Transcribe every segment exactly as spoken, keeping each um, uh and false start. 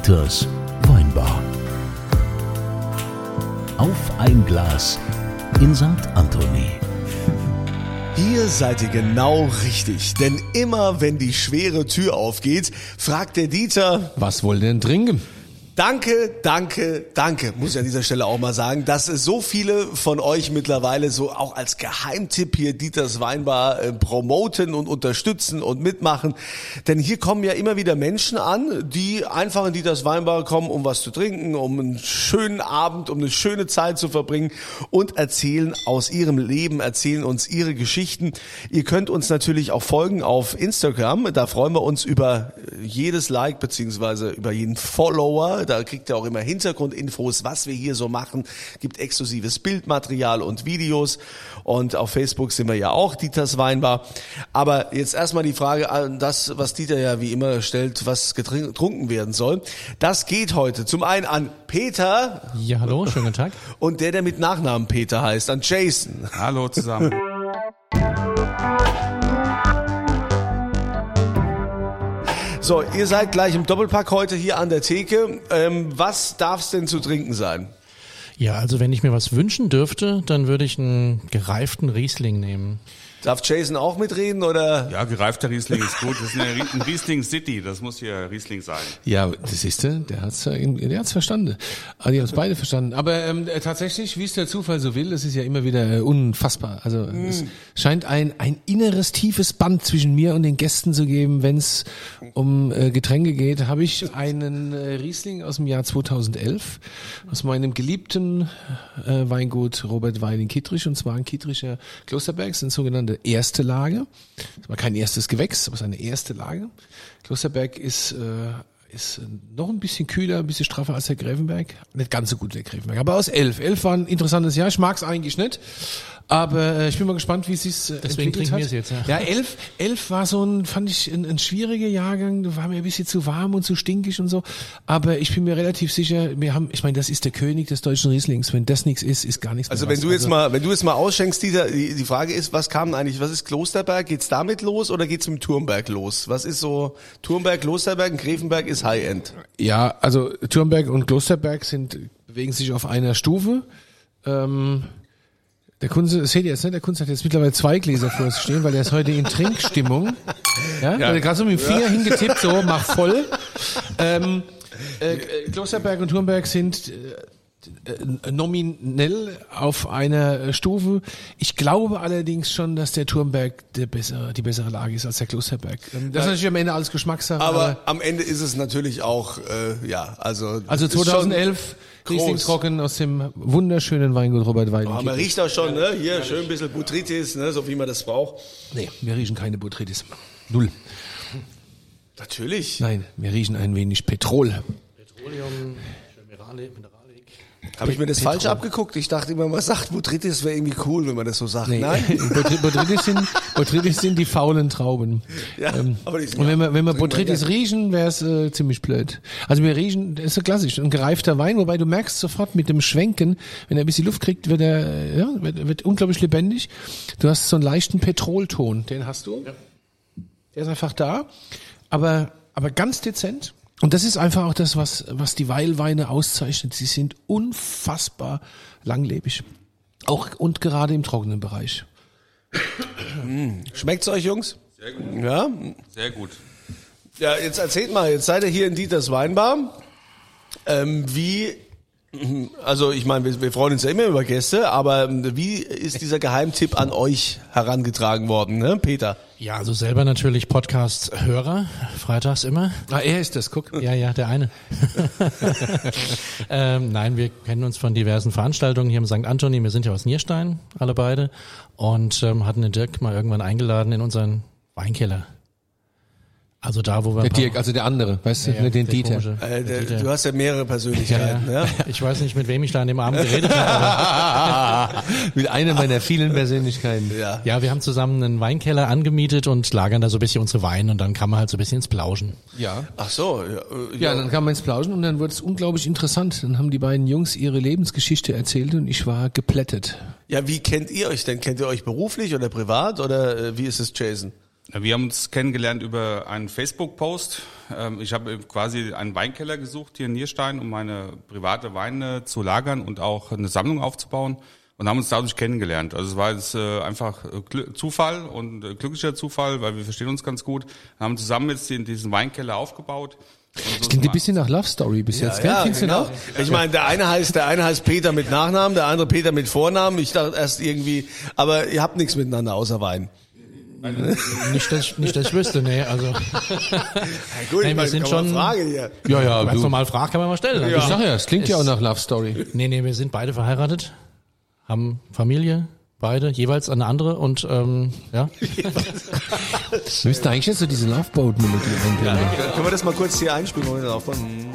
Dieters Weinbar. Auf ein Glas in Sankt Anthony. Hier seid ihr genau richtig, denn immer wenn die schwere Tür aufgeht, fragt der Dieter: Was wollt ihr denn trinken? Danke, danke, danke, muss ich an dieser Stelle auch mal sagen, dass es so viele von euch mittlerweile so auch als Geheimtipp hier Dieters Weinbar äh, promoten und unterstützen und mitmachen. Denn hier kommen ja immer wieder Menschen an, die einfach in Dieters Weinbar kommen, um was zu trinken, um einen schönen Abend, um eine schöne Zeit zu verbringen und erzählen aus ihrem Leben, erzählen uns ihre Geschichten. Ihr könnt uns natürlich auch folgen auf Instagram, da freuen wir uns über jedes Like beziehungsweise über jeden Follower. Da kriegt ihr auch immer Hintergrundinfos, was wir hier so machen. Gibt exklusives Bildmaterial und Videos. Und auf Facebook sind wir ja auch Dieters Weinbar. Aber jetzt erstmal die Frage an das, was Dieter ja wie immer stellt, was getrunken werden soll. Das geht heute zum einen an Peter. Ja, hallo, schönen guten Tag. Und der, der mit Nachnamen Peter heißt, an Jason. Hallo zusammen. So, ihr seid gleich im Doppelpack heute hier an der Theke. Ähm, was darf es denn zu trinken sein? Ja, also wenn ich mir was wünschen dürfte, dann würde ich einen gereiften Riesling nehmen. Darf Jason auch mitreden, oder? Ja, gereifter Riesling ist gut. Das ist eine, ein Riesling City, das muss hier Riesling sein. Ja, das ist der, der hat's, der hat's verstanden. Die haben es beide verstanden. Aber ähm, tatsächlich, wie es der Zufall so will, das ist ja immer wieder äh, unfassbar. Also mm. es scheint ein ein inneres tiefes Band zwischen mir und den Gästen zu geben, wenn es um äh, Getränke geht. Habe ich einen äh, Riesling aus dem Jahr zweitausendelf aus meinem geliebten äh, Weingut Robert Wein in Kittrich, und zwar ein Kittrischer Klosterberg, sind sogenannte erste Lage. Das war kein erstes Gewächs, aber es ist eine erste Lage. Klosterberg ist äh, ist noch ein bisschen kühler, ein bisschen straffer als der Gräfenberg. Nicht ganz so gut der Gräfenberg, aber aus elf. Elf war ein interessantes Jahr. Ich mag es eigentlich nicht, aber äh, ich bin mal gespannt, wie es sich äh, entwickelt hat. Wir es jetzt, ja. Ja, elf, elf war so ein, fand ich ein, ein schwieriger Jahrgang. Da war mir ein bisschen zu warm und zu stinkig und so. Aber ich bin mir relativ sicher, wir haben, ich meine, das ist der König des deutschen Rieslings. Wenn das nichts ist, ist gar nichts mehr. Also wenn was. du jetzt also, mal, wenn du jetzt mal ausschenkst, Dieter, die, die Frage ist, was kam eigentlich? Was ist Klosterberg? Geht's damit los oder geht's mit Turmberg los? Was ist so Turmberg, Klosterberg? Und Gräfenberg ist High-End. Ja, also Turmberg und Klosterberg sind bewegen sich auf einer Stufe. Ähm, Der Kunze, das seht ihr jetzt, ne? Der Kunze hat jetzt mittlerweile zwei Gläser vor uns stehen, weil er ist heute in Trinkstimmung. Ja, ja. Gerade so mit dem Finger ja. hingetippt, so, mach voll. Ähm, äh, Klosterberg und Turmberg sind äh, nominell auf einer Stufe. Ich glaube allerdings schon, dass der Turmberg der bessere, die bessere Lage ist als der Klosterberg. Das ist natürlich am Ende alles Geschmackssache. Aber, aber am Ende ist es natürlich auch, äh, ja, also. Also zweitausendelf. Riesling trocken aus dem wunderschönen Weingut Robert Wein. Oh, man riecht auch schon, ne? Hier schön ein bisschen Botrytis, ne? So wie man das braucht. Nee, wir riechen keine Botrytis. Null. Natürlich. Nein, wir riechen ein wenig Petrol. Petroleum, Mineralik. Habe ich mir das Petrol. falsch abgeguckt? Ich dachte immer, man sagt, Botrytis wäre irgendwie cool, wenn man das so sagt. Nee. Nein? Botrytis sind, Botrytis sind die faulen Trauben. Ja, ähm, aber die sind und wenn wir, wenn wir Trinken Botrytis riechen, wäre es äh, ziemlich blöd. Also wir riechen, das ist so klassisch, ein gereifter Wein, wobei du merkst sofort mit dem Schwenken, wenn er ein bisschen Luft kriegt, wird er, ja, wird, wird unglaublich lebendig. Du hast so einen leichten Petrolton, den hast du. Ja. Der ist einfach da, aber, aber ganz dezent. Und das ist einfach auch das, was, was die Weilweine auszeichnet. Sie sind unfassbar langlebig. Auch und gerade im trockenen Bereich. Schmeckt's euch, Jungs? Sehr gut. Ja? Sehr gut. Ja, jetzt erzählt mal, jetzt seid ihr hier in Dieters Weinbar. Ähm, wie, also ich meine, wir, wir freuen uns ja immer über Gäste, aber wie ist dieser Geheimtipp an euch herangetragen worden, ne, Peter? Ja, also selber natürlich Podcast-Hörer, freitags immer. Ah, er ist das, guck. Ja, ja, der eine. ähm, nein, wir kennen uns von diversen Veranstaltungen hier im Sankt Anthony. Wir sind ja aus Nierstein, alle beide. Und ähm, hatten den Dirk mal irgendwann eingeladen in unseren Weinkeller. Also da, wo wir... Der Dirk, also der andere, weißt du, ja, ja, den Dieter. Äh, der, der. Du hast ja mehrere Persönlichkeiten. Ja, ja. Ja? Ich weiß nicht, mit wem ich da an dem Abend geredet habe. Mit einer meiner vielen Persönlichkeiten. Ja. ja, wir haben zusammen einen Weinkeller angemietet und lagern da so ein bisschen unsere Weine und dann kann man halt so ein bisschen ins Plauschen. Ja. Ach so. Ja, ja. ja dann kam man ins Plauschen und dann wurde es unglaublich interessant. Dann haben die beiden Jungs ihre Lebensgeschichte erzählt und ich war geplättet. Ja, wie kennt ihr euch denn? Kennt ihr euch beruflich oder privat oder äh, wie ist es, Jason? Wir haben uns kennengelernt über einen Facebook-Post. Ich habe quasi einen Weinkeller gesucht hier in Nierstein, um meine private Weine zu lagern und auch eine Sammlung aufzubauen und haben uns dadurch kennengelernt. Also es war jetzt einfach Zufall und glücklicher Zufall, weil wir verstehen uns ganz gut. Wir haben zusammen jetzt diesen Weinkeller aufgebaut. Das so klingt ein bisschen nach Love Story bis jetzt, ja, gell? Ja, genau. Ich meine, der eine heißt, der eine heißt Peter mit Nachnamen, der andere Peter mit Vornamen. Ich dachte erst irgendwie, aber ihr habt nichts miteinander außer Wein. Nicht, dass ich, nicht, dass ich wüsste, nee, also. Ja, gut, nee, ich wir sind schon. Frage hier. Ja, ja, Wenn du. man mal fragt, kann man mal stellen. Also Ich sag ja, es klingt ja auch nach Love Story. Nee, nee, wir sind beide verheiratet, haben Familie, beide, jeweils eine andere und, ähm, ja. Wir müssten eigentlich jetzt so diese Love Boat Melodie einblenden. Ja, können wir das mal kurz hier einspielen? Moment, aufbauen.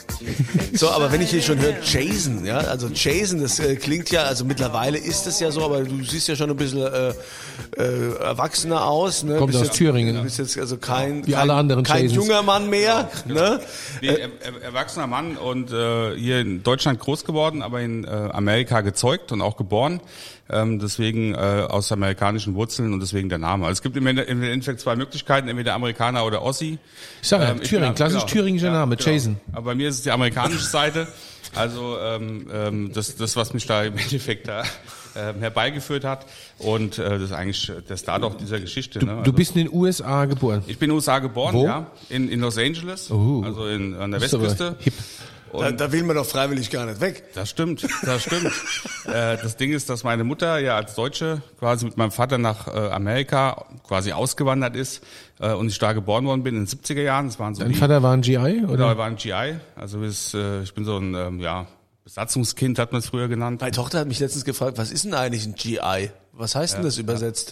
So, aber wenn ich hier schon höre, Jason, ja, also Jason, das äh, klingt ja, also mittlerweile ist es ja so, aber du siehst ja schon ein bisschen äh, äh, erwachsener aus, ne? Kommt bist aus jetzt, Thüringen. Du bist jetzt also kein, Wie kein, alle anderen kein Jasons. junger Mann mehr, ne? Wie er, er, erwachsener Mann und äh, hier in Deutschland groß geworden, aber in äh, Amerika gezeugt und auch geboren. Ähm, deswegen äh, aus amerikanischen Wurzeln und deswegen der Name. Also es gibt im Endeffekt zwei Möglichkeiten, entweder Amerikaner oder Ossi. Ich sag ja, Ähm, ich Thüringen, bin- klassisch genau. thüringischer Name, genau. Jason. Aber bei mir ist es die amerikanische Seite. Also ähm, ähm, das, das, was mich da im Endeffekt da ähm, herbeigeführt hat. Und äh, das ist eigentlich der Start auch dieser Geschichte. Ne? Du Also, bist in den U S A geboren. ich bin in den U S A geboren, Wo? ja, in, in Los Angeles, Oh. also in, an der Ist aber Westküste. hip. Da, da will man doch freiwillig gar nicht weg. Das stimmt, das stimmt. äh, das Ding ist, dass meine Mutter ja als Deutsche quasi mit meinem Vater nach äh, Amerika quasi ausgewandert ist äh, und ich da geboren worden bin in den siebziger Jahren. Das waren so Dein die, Vater war ein G I, Genau, oder? er war ein G I. Also bis, äh, ich bin so ein ähm, ja, Besatzungskind, hat man es früher genannt. Meine Tochter hat mich letztens gefragt, was ist denn eigentlich ein G I? Was heißt denn das übersetzt?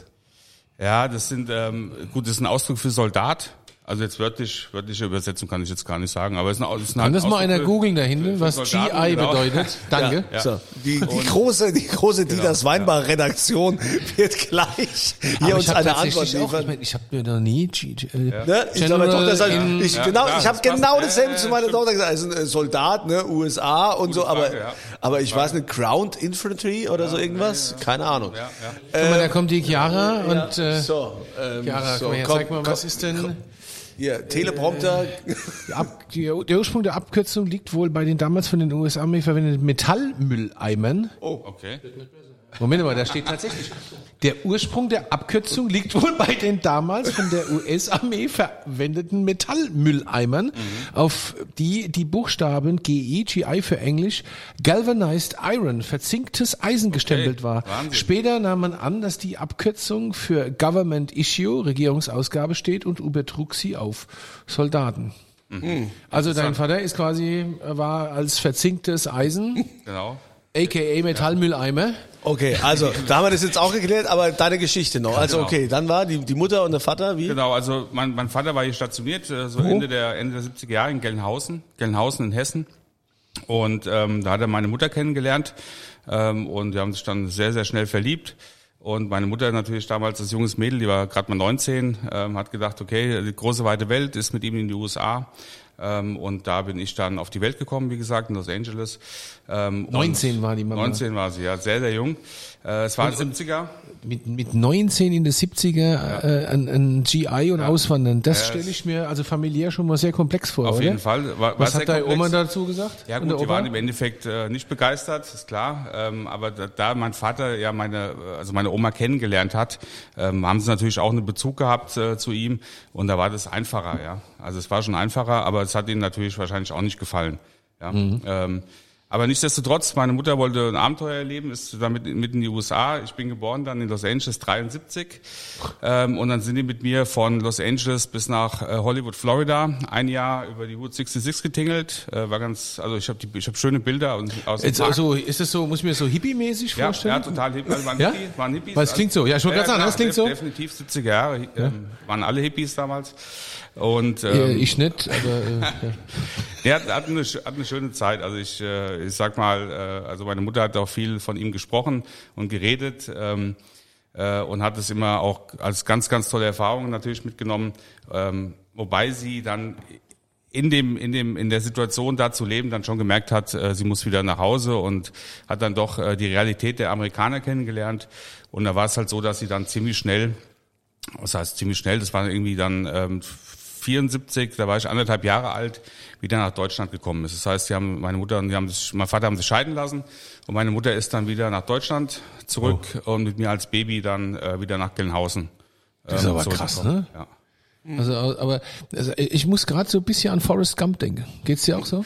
Ja, das sind ähm, gut, das ist ein Ausdruck für Soldat. Also jetzt wörtlich, wörtliche Übersetzung kann ich jetzt gar nicht sagen, aber es ist ein, es ist ein Kann das mal Ausdruck einer für- googeln da für- hinten, für was G Soldaten, I genau. bedeutet? Danke. Ja. So, die, die große, die große Dieters Weinbar-Redaktion wird gleich hier Aber uns ich hab eine tatsächlich Antwort auch, liefern. ich, mein, ich habe mir noch nie G, G, äh, Ne? Ich General meine Tochter sagt, in- ich, Ja, genau, klar, ich habe das passt. genau Ja, dasselbe ja, zu meiner stimmt. Tochter gesagt. Also ein Soldat, ne, U S A und so, aber, Frage, ja. aber ich weiß nicht, Ground Infantry oder so irgendwas? Keine Ahnung. Ja, ja. Guck mal, da kommt die Chiara und äh, So, ähm, Chiara, so, guck mal her, komm, zeig mal, komm, was ist denn Hier, Teleprompter. die Ab, die, der Ursprung der Abkürzung liegt wohl bei den damals von den U S A verwendeten Metallmülleimern. Okay. Moment mal, da steht tatsächlich. Der Ursprung der Abkürzung liegt wohl bei den damals von der U S-Armee verwendeten Metallmülleimern, mhm. auf die die Buchstaben G I, G I für Englisch, Galvanized Iron, verzinktes Eisen gestempelt war. Wahnsinn. Später nahm man an, dass die Abkürzung für Government Issue, Regierungsausgabe steht und übertrug sie auf Soldaten. Mhm. Also dein Vater ist quasi, war als verzinktes Eisen, Genau. aka Metallmülleimer. Okay, also da haben wir das jetzt auch geklärt, aber deine Geschichte noch. Also genau. okay, dann war die, die Mutter und der Vater, wie? Genau, also mein, mein Vater war hier stationiert, äh, so Wo? Ende der Ende der siebziger Jahre in Gelnhausen, Gelnhausen in Hessen. Und ähm, da hat er meine Mutter kennengelernt ähm, und wir haben sich dann sehr, sehr schnell verliebt. Und meine Mutter natürlich damals als junges Mädel, die war gerade mal neunzehn, ähm, hat gedacht, okay, die große weite Welt, ist mit ihm in die U S A. Ähm, und da bin ich dann auf die Welt gekommen, wie gesagt, in Los Angeles. Ähm, neunzehn und war die Mama. neunzehn war sie, ja, sehr, sehr jung. Äh, es waren siebziger. Mit, mit neunzehn in den siebziger äh, ein, ein G I und auswandern, das stelle ich mir also familiär schon mal sehr komplex vor, Auf oder? jeden Fall. War, war Was sehr hat deine komplex. Oma dazu gesagt? Ja Und der gut, die Opa? waren im Endeffekt äh, nicht begeistert, ist klar. Ähm, aber da, da mein Vater ja meine, also meine Oma kennengelernt hat, ähm, haben sie natürlich auch einen Bezug gehabt äh, zu ihm und da war das einfacher, ja. Also es war schon einfacher, aber es hat ihnen natürlich wahrscheinlich auch nicht gefallen. Ja. Mhm. Ähm, aber nichtsdestotrotz, meine Mutter wollte ein Abenteuer erleben, ist dann mit, mit in die U S A. Ich bin geboren dann in Los Angeles dreiundsiebzig. Ähm, und dann sind die mit mir von Los Angeles bis nach äh, Hollywood, Florida, ein Jahr über die Route sechsundsechzig getingelt. Äh, war ganz, also ich habe die, ich habe schöne Bilder und aus dem Jetzt, Park. also, ist das so, muss ich mir das so hippie-mäßig Ja, vorstellen? ja, total Hippie. Also waren, Ja? Hippie, waren Hippies. Weil es klingt so. Ja, ich wollte gerade sagen, klar, das klingt so. Definitiv siebziger Jahre. Ähm, waren alle Hippies damals. Und Äh, ähm, ich nicht, aber äh, ja. der hat, hat, eine, hat eine schöne Zeit. Also ich, äh, ich sag mal, äh, also meine Mutter hat auch viel von ihm gesprochen und geredet ähm, äh, und hat es immer auch als ganz, ganz tolle Erfahrung natürlich mitgenommen. Ähm, wobei sie dann in dem, in dem, in der Situation da zu leben, dann schon gemerkt hat, äh, sie muss wieder nach Hause und hat dann doch äh, die Realität der Amerikaner kennengelernt. Und da war es halt so, dass sie dann ziemlich schnell das heißt ziemlich schnell, das war irgendwie dann ähm, vierundsiebzig, da war ich anderthalb Jahre alt, wieder nach Deutschland gekommen ist. Das heißt, die haben meine Mutter und die haben sich, mein Vater haben sich scheiden lassen und meine Mutter ist dann wieder nach Deutschland zurück oh. und mit mir als Baby dann äh, wieder nach Gelnhausen. Das ist ähm, aber so krass, gekommen. ne? Ja. Also, aber also ich muss gerade so ein bisschen an Forrest Gump denken. Geht's dir auch so?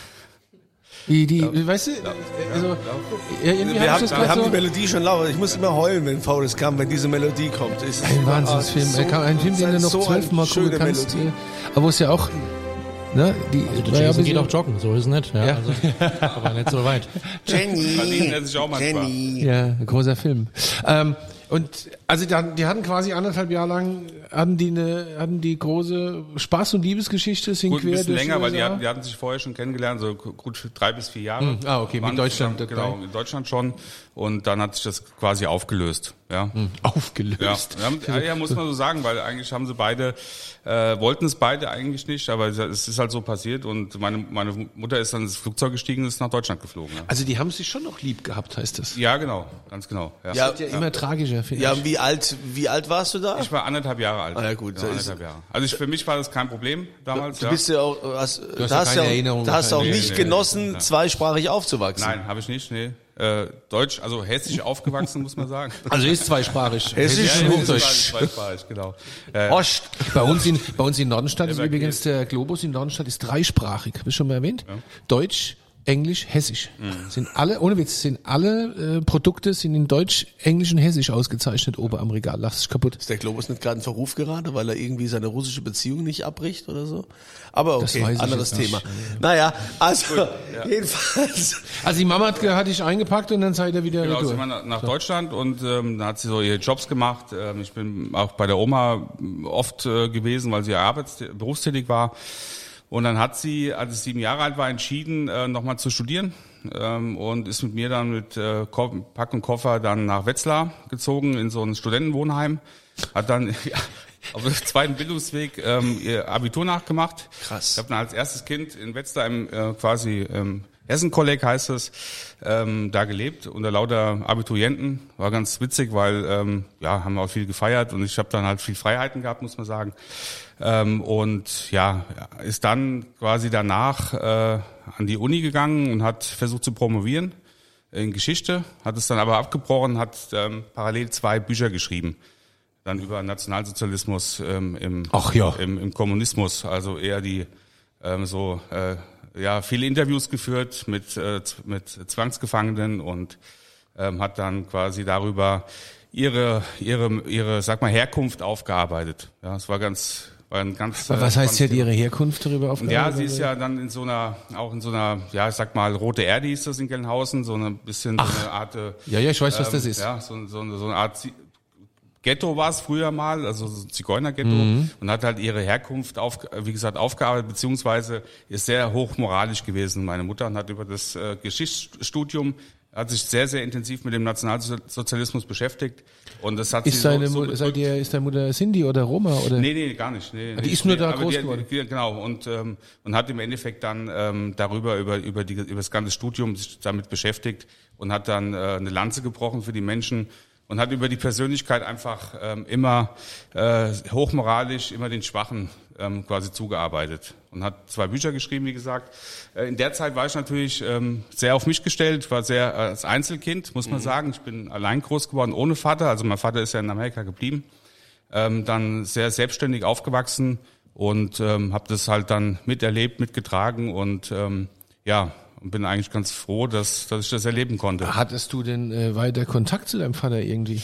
Die, die, ja. weißt du, ja. also ja, irgendwie wir hab haben, ich das wir haben so die Melodie schon laut. Ich muss immer heulen, wenn Forrest Gump, wenn diese Melodie kommt. Ist ein Wahnsinnsfilm. So, ein Film, den du noch so zwölfmal gucken kannst. Melodie. Aber wo es ja auch, ne, die, Also war ja Jason geht bisschen- auch joggen, so ist es nicht. Ja, Ja. Also, aber nicht so weit. Jenny, Verdienen er sich auch manchmal. Jenny. Ja, ein großer Film. Ähm, und also die, die hatten quasi anderthalb Jahre lang hatten die eine hatten die große Spaß- und Liebesgeschichte, sind Gut, ein quer bisschen durch länger, weil die U S A. hatten, die hatten sich vorher schon kennengelernt, so gut drei bis vier Jahre. Hm, ah, okay, mit Waren Deutschland zusammen, dabei. Genau, in Deutschland schon. Und dann hat sich das quasi aufgelöst. Ja. Hm, aufgelöst. Ja, wir haben, ja, ja, muss man so sagen, weil eigentlich haben sie beide, äh, wollten es beide eigentlich nicht, aber es ist halt so passiert und meine, meine Mutter ist dann ins Flugzeug gestiegen und ist nach Deutschland geflogen. Ja, Also die haben sich schon noch lieb gehabt, heißt das. ja genau, ganz genau. Ja. Ja, Ja, immer tragischer, finde Ja, ich. und wie alt, wie alt warst du da? Ich war anderthalb Jahre alt. Ah, ja, gut, Ja, das ist- anderthalb Jahre. Also ich, für mich war das kein Problem damals. Du ja. bist ja auch, hast, hast da ja hast keine ja, Erinnerung da hast du auch wahrscheinlich. nicht Nee, nee, genossen, nee. zweisprachig aufzuwachsen. Nein, habe ich nicht, nee. Äh, Deutsch, also hessisch aufgewachsen, muss man sagen. Also ist zweisprachig. Hessisch und und Hochdeutsch. zweisprachig, genau. Äh, Ost. Bei uns in, bei uns in Nordenstadt ist Leverkusen. übrigens der Globus in Nordenstadt ist dreisprachig. Hab ich schon mal erwähnt? Deutsch, Englisch, Hessisch. Mhm. Sind alle, ohne Witz, sind alle äh, Produkte sind in Deutsch, Englisch und Hessisch ausgezeichnet oben am Regal. Lachst dich kaputt. Ist der Globus nicht gerade in Verruf gerade, weil er irgendwie seine russische Beziehung nicht abbricht oder so? Aber Das okay, weiß ich anderes jetzt nicht. Thema. Naja, also jedenfalls. Also die Mama hat, ge- hat dich eingepackt und dann seid ihr wieder Genau, retour. sind wir nach, nach Deutschland und ähm, da hat sie so ihre Jobs gemacht. Ähm, ich bin auch bei der Oma oft äh, gewesen, weil sie ja arbeits berufstätig war. Und dann hat sie, als ich sieben Jahre alt war, entschieden, äh, nochmal zu studieren ähm, und ist mit mir dann mit äh, Ko- Pack und Koffer dann nach Wetzlar gezogen in so ein Studentenwohnheim. Hat dann ja, auf dem zweiten Bildungsweg ähm, ihr Abitur nachgemacht. Krass. Ich habe dann als erstes Kind in Wetzlar im äh, quasi ähm, Hessen-Kolleg heißt es, ähm, da gelebt unter lauter Abiturienten. War ganz witzig, weil ähm, ja haben wir auch viel gefeiert und ich habe dann halt viel Freiheiten gehabt, muss man sagen. Ähm, und ja, ist dann quasi danach äh, an die Uni gegangen und hat versucht zu promovieren in Geschichte, hat es dann aber abgebrochen, hat ähm, parallel zwei Bücher geschrieben. Dann über Nationalsozialismus ähm, im, Ach ja. im, im Kommunismus, also eher die ähm, so äh, ja viele Interviews geführt mit äh, z- mit Zwangsgefangenen und ähm, hat dann quasi darüber ihre ihre ihre sag mal Herkunft aufgearbeitet. Ja, es war ganz war ein ganz. Aber was äh, heißt jetzt spannendes ihre Herkunft darüber aufgearbeitet? ja, sie ist ja dann in so einer, auch in so einer, ja, ich sag mal, Rote Erde hieß das in Gelnhausen, so ein bisschen so eine Art, äh, Ja, ja, ich weiß, was ähm, das ist. Ja, so, so, so eine Art Zi- Ghetto war es früher mal, also so ein Zigeuner-Ghetto Mhm. und hat halt ihre Herkunft, auf, wie gesagt, aufgearbeitet, beziehungsweise ist sehr hochmoralisch gewesen. Meine Mutter hat über das äh, Geschichtsstudium hat sich sehr, sehr intensiv mit dem Nationalsozialismus beschäftigt und das hat Ist sie deine, so, so Mu- seid bedrückt. ihr, ist deine Mutter Sinti oder Roma oder? Nee, nee, gar nicht. Nee, Die nee, ist nur nee, da aber groß die, geworden. Die, genau, und, ähm, und hat im Endeffekt dann ähm, darüber, über, über, die, über das ganze Studium sich damit beschäftigt und hat dann äh, eine Lanze gebrochen für die Menschen und hat über die Persönlichkeit einfach ähm, immer äh, hochmoralisch, immer den Schwachen ähm, quasi zugearbeitet und hat zwei Bücher geschrieben, wie gesagt. Äh, in der Zeit war ich natürlich ähm, sehr auf mich gestellt, war sehr äh, als Einzelkind, muss man sagen. Ich bin allein groß geworden, ohne Vater. Also mein Vater ist ja in Amerika geblieben. Ähm, dann sehr selbstständig aufgewachsen und ähm, habe das halt dann miterlebt, mitgetragen und ähm, ja, und bin eigentlich ganz froh, dass, dass ich das erleben konnte. Hattest du denn äh, weiter Kontakt zu deinem Vater irgendwie?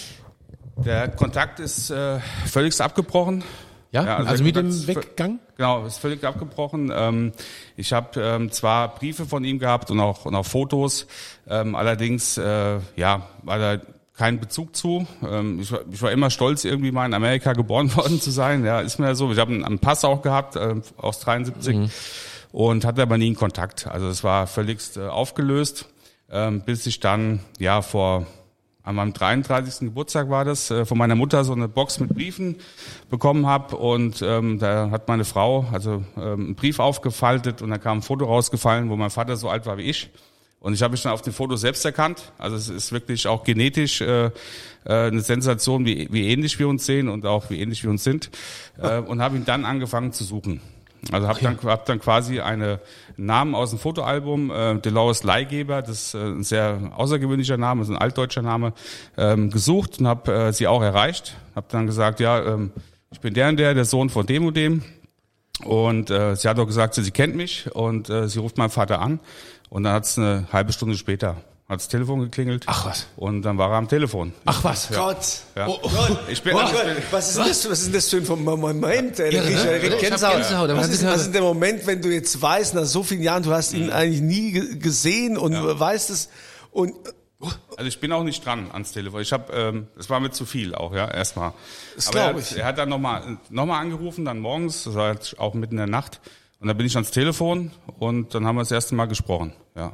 Der Kontakt ist äh, völlig abgebrochen. Ja, Ja, also, also mit der dem Kontakt ist Weggang? Genau, ist völlig abgebrochen. Ähm, ich habe ähm, zwar Briefe von ihm gehabt und auch, und auch Fotos, ähm, allerdings äh, ja, war da kein Bezug zu. Ähm, ich, war, ich war immer stolz, irgendwie mal in Amerika geboren worden zu sein. Ja, ist mir ja so. Ich habe einen, einen Pass auch gehabt äh, aus dreiundsiebzig mhm. und hatte aber nie einen Kontakt. Also es war völligst äh, aufgelöst, ähm, bis ich dann ja vor an meinem dreiunddreißigsten Geburtstag war das, äh, von meiner Mutter so eine Box mit Briefen bekommen habe und ähm, da hat meine Frau also ähm, einen Brief aufgefaltet und da kam ein Foto rausgefallen, wo mein Vater so alt war wie ich Und ich habe mich dann auf den Fotos selbst erkannt. Also es ist wirklich auch genetisch äh, eine Sensation, wie, wie ähnlich wir uns sehen und auch wie ähnlich wir uns sind. Äh, und habe ihn dann angefangen zu suchen. Also habe dann, hab dann quasi eine Namen aus dem Fotoalbum, äh, Dolores Leihgeber, das ist äh, ein sehr außergewöhnlicher Name, das ist ein altdeutscher Name, ähm, gesucht und habe äh, sie auch erreicht. Habe dann gesagt, ja, ähm, ich bin der und der, der Sohn von dem und dem. Und äh, sie hat auch gesagt, sie, sie kennt mich und äh, sie ruft meinen Vater an. Und dann hat es eine halbe Stunde später hat das Telefon geklingelt. Ach was. Und dann war er am Telefon. Ach was. Ja. Gott. Ja. Oh, oh Gott. Ich bin, oh also, Gott. Was ist denn das, was ist denn das für ein Moment? Ey? Ja, Ich, ne? ich, ich, Ich hab Gänsehaut. Gänsehaut, aber Was das ist, ist was ist der Moment, wenn du jetzt weißt, nach so vielen Jahren, du hast ihn eigentlich nie ge- gesehen und Ja. weißt es und Also ich bin auch nicht dran ans Telefon. Ich habe, ähm, es war mir zu viel auch, ja, erstmal. Das Aber er glaub hat, ich. er hat dann nochmal noch mal angerufen, dann morgens, das war halt auch mitten in der Nacht. Und dann bin ich ans Telefon und dann haben wir das erste Mal gesprochen, ja.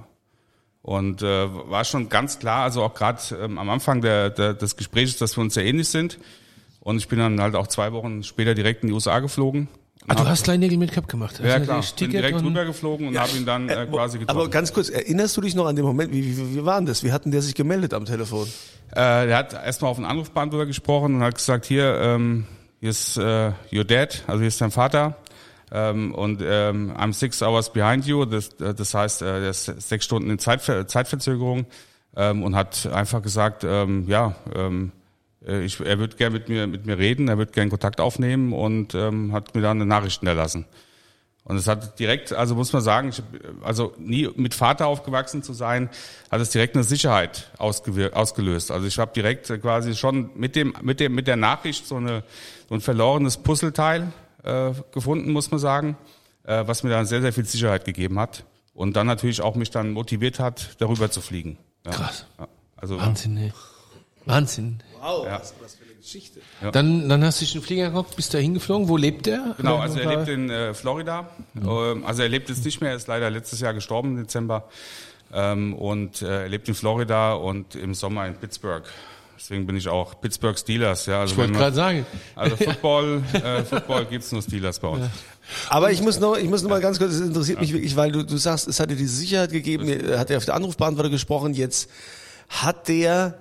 Und äh, war schon ganz klar, also auch gerade ähm, am Anfang der, der, des Gesprächs, dass wir uns sehr ähnlich sind. Und ich bin dann halt auch zwei Wochen später direkt in die U S A geflogen. Ah, du hast Klein Nägel mit Cup gemacht. Ja, Also klar. das Bin Ticket direkt und- rübergeflogen und habe ihn dann äh, quasi getroffen. aber ganz kurz, erinnerst du dich noch an den Moment, wie, wie, wie war denn das? Wie hat denn der sich gemeldet am Telefon? Äh, der hat erstmal auf den Anrufbeantworter gesprochen und hat gesagt, hier, ähm, hier ist äh, your dad, also hier ist dein Vater. Ähm, und ähm, I'm six hours behind you, das, das heißt, äh, der ist sechs Stunden in Zeitver- Zeitverzögerung ähm, und hat einfach gesagt, ähm, ja, ähm, ich, er würde gerne mit mir mit mir reden, er würde gerne Kontakt aufnehmen und ähm, hat mir dann eine Nachricht hinterlassen. Und es hat direkt, also muss man sagen, ich, also nie mit Vater aufgewachsen zu sein, hat es direkt eine Sicherheit ausgewir- ausgelöst. Also ich habe direkt quasi schon mit dem mit dem mit der Nachricht so eine so ein verlorenes Puzzleteil äh, gefunden, muss man sagen, äh, was mir dann sehr sehr viel Sicherheit gegeben hat und dann natürlich auch mich dann motiviert hat, darüber zu fliegen. Ja. Krass. Ja. Also Wahnsinn, ne? Wahnsinn. Wow, Ja. was, was für eine Geschichte. Dann, dann hast du dich in den Flieger geguckt, bist da hingeflogen. Wo lebt der? Genau, Äh, also er lebt in äh, Florida. Ähm, also er lebt jetzt nicht mehr, er ist leider letztes Jahr gestorben im Dezember. Ähm, und äh, er lebt in Florida und im Sommer in Pittsburgh. Deswegen bin ich auch Pittsburgh Steelers. Ja, also Ich wollte wenn man- gerade sagen. Also Football, äh, Football gibt's nur Steelers bei uns. Aber ich muss noch, ich muss noch mal ganz kurz, das interessiert mich wirklich, weil du, du sagst, es hat dir diese Sicherheit gegeben, er hat er auf der Anrufbeantworter gesprochen, jetzt hat der,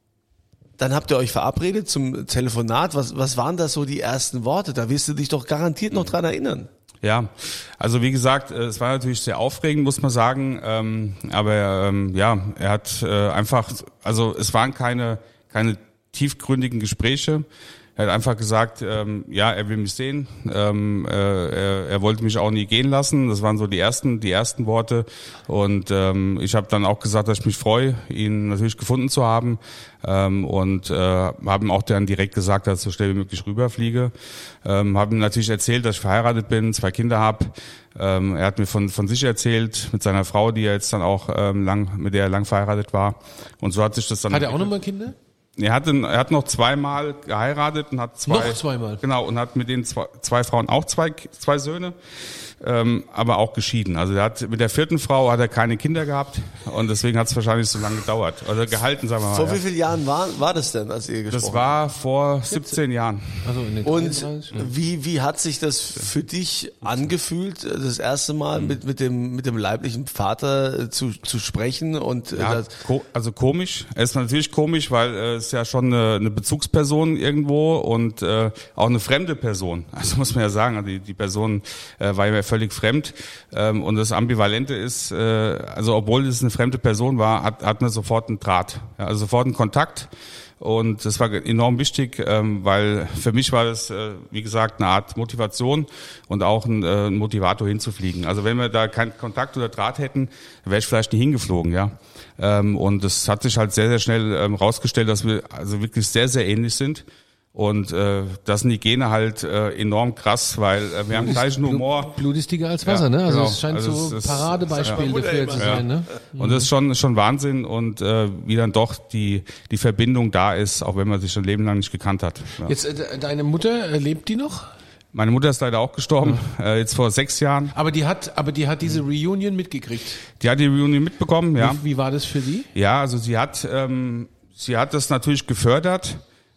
dann habt ihr euch verabredet zum Telefonat, was, was waren das so die ersten Worte? Da wirst du dich doch garantiert noch dran erinnern. Ja, also wie gesagt, äh, es war natürlich sehr aufregend, muss man sagen. Ähm, aber ähm, ja, er hat äh, einfach, also es waren keine keine tiefgründigen Gespräche. Er hat einfach gesagt, ähm, ja, er will mich sehen. Ähm, äh, er, er wollte mich auch nie gehen lassen. Das waren so die ersten, die ersten Worte. Und ähm, ich habe dann auch gesagt, dass ich mich freue, ihn natürlich gefunden zu haben. Ähm, und äh, habe ihm auch dann direkt gesagt, dass ich so schnell wie möglich rüberfliege. Ähm, habe ihm natürlich erzählt, dass ich verheiratet bin, zwei Kinder habe. Ähm, er hat mir von von sich erzählt mit seiner Frau, die er jetzt dann auch ähm, lang, mit der er lang verheiratet war. Und so hat sich das dann. Hat er auch nochmal Kinder? Er hat, er hat noch zweimal geheiratet und hat zwei. Noch zweimal? Genau, und hat mit den zwei, zwei Frauen auch zwei, zwei Söhne, ähm, aber auch geschieden. Also er hat mit der vierten Frau hat er keine Kinder gehabt und deswegen hat es wahrscheinlich so lange gedauert. Also gehalten, sagen wir mal. Vor ja. wie vielen Jahren war, war das denn, als ihr gesprochen Das war vor siebzehn Jahren. Also in den Und dreiunddreißig? wie, wie hat sich das für dich angefühlt, das erste Mal mit, mit dem, mit dem leiblichen Vater zu, zu sprechen und äh, Ja, das, ko also komisch. Es ist natürlich komisch, weil äh, es ist ja schon eine, eine Bezugsperson irgendwo und äh, auch eine fremde Person. Also muss man ja sagen, also die, die Person äh, war ja völlig fremd. Ähm, und das Ambivalente ist, äh, also obwohl es eine fremde Person war, hat, hat man sofort einen Draht, ja, also sofort einen Kontakt. Und das war enorm wichtig, ähm, weil für mich war das, äh, wie gesagt, eine Art Motivation und auch ein, äh, ein Motivator hinzufliegen. Also wenn wir da keinen Kontakt oder Draht hätten, wäre ich vielleicht nicht hingeflogen, ja. Ähm, und es hat sich halt sehr, sehr schnell ähm, rausgestellt, dass wir also wirklich sehr, sehr ähnlich sind. Und äh, das sind die Gene halt äh, enorm krass, weil äh, wir haben gleichen Humor. Blut ist dicker als Wasser, Ja, ne? Also genau. es scheint Also so es ist- Paradebeispiel ja. dafür zu Ja. sein, ne? Und das ist schon schon Wahnsinn und äh, wie dann doch die die Verbindung da ist, auch wenn man sich schon ein Leben lang nicht gekannt hat. Ja. Jetzt, äh, deine Mutter, äh, lebt die noch? Meine Mutter ist leider auch gestorben, äh, jetzt vor sechs Jahren. Aber die hat, aber die hat diese Reunion mitgekriegt. Die hat die Reunion mitbekommen, ja. Wie, wie war das für die? Ja, also sie hat ähm, sie hat das natürlich gefördert,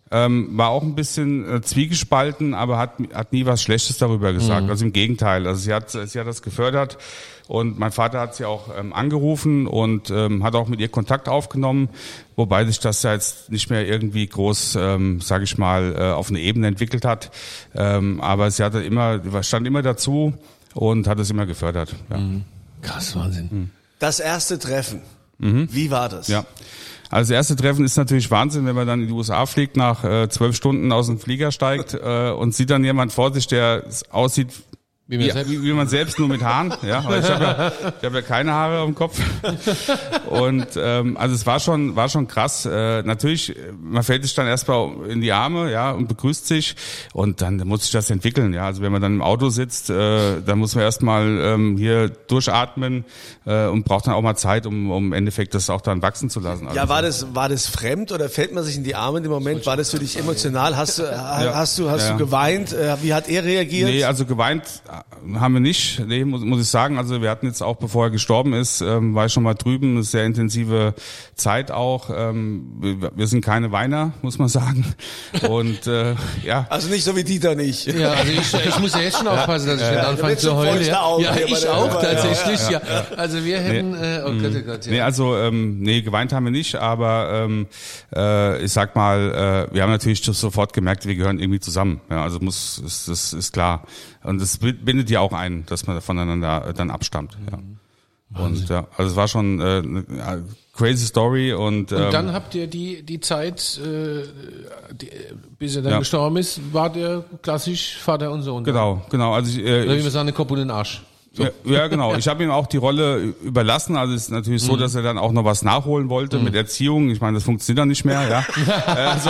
Ähm, war auch ein bisschen äh, zwiegespalten, aber hat hat nie was Schlechtes darüber gesagt. Mhm. Also im Gegenteil. Also sie hat sie hat das gefördert und mein Vater hat sie auch ähm, angerufen und ähm, hat auch mit ihr Kontakt aufgenommen, wobei sich das ja jetzt nicht mehr irgendwie groß, ähm, sage ich mal, äh, auf eine Ebene entwickelt hat. Ähm, aber sie hatte immer stand immer dazu und hat es immer gefördert. Ja. Mhm. Krass, Wahnsinn. Mhm. Das erste Treffen. Mhm. Wie war das? Ja. Also das erste Treffen ist natürlich Wahnsinn, wenn man dann in die U S A fliegt, nach äh, zwölf Stunden aus dem Flieger steigt äh, und sieht dann jemand vor sich, der aussieht wie man, wie, wie man selbst, nur mit Haaren. Ja, weil ich habe ja, ich hab ja keine Haare auf dem Kopf. Und ähm, also es war schon war schon krass. Äh, natürlich, man fällt sich dann erstmal in die Arme, ja, und begrüßt sich und dann muss sich das entwickeln. Ja, also wenn man dann im Auto sitzt, äh, dann muss man erstmal ähm, hier durchatmen äh, und braucht dann auch mal Zeit, um um im Endeffekt das auch dann wachsen zu lassen. Also ja, war das war das fremd oder fällt man sich in die Arme in dem Moment? War das für dich emotional? Hast du ja. hast du hast ja. du geweint? Wie hat er reagiert? Nee, also geweint haben wir nicht, nee, muss, muss ich sagen. Also wir hatten jetzt auch, bevor er gestorben ist, ähm, war ich schon mal drüben, eine sehr intensive Zeit auch. Ähm, wir, wir sind keine Weiner, muss man sagen. Und äh, ja. Also nicht so wie Dieter nicht. Ja, also ich, ich muss ja jetzt schon aufpassen, dass ich nicht anfange zu heulen. Ja, ja ich auch tatsächlich. Ja, ja. Ja. Also wir hätten, nee, äh, oh Gott, oh Gott. Ja. Nee, also ähm, nee, geweint haben wir nicht, aber ähm, äh, ich sag mal, äh, wir haben natürlich sofort gemerkt, wir gehören irgendwie zusammen. Ja, also muss, ist, das ist klar. Und es bindet ja auch ein, dass man voneinander dann abstammt. Ja. Und ja, also es war schon äh, eine crazy Story und ähm, und dann habt ihr die die Zeit, äh, die, bis er dann ja. gestorben ist, war der klassisch Vater und Sohn. Genau, genau. Also ich, äh, oder wie man sagen, Kopf und den Arsch. So. Ja, ja, genau. Ich habe ihm auch die Rolle überlassen. Also es ist natürlich so, dass er dann auch noch was nachholen wollte mhm. mit Erziehung. Ich meine, das funktioniert dann nicht mehr. Ja, also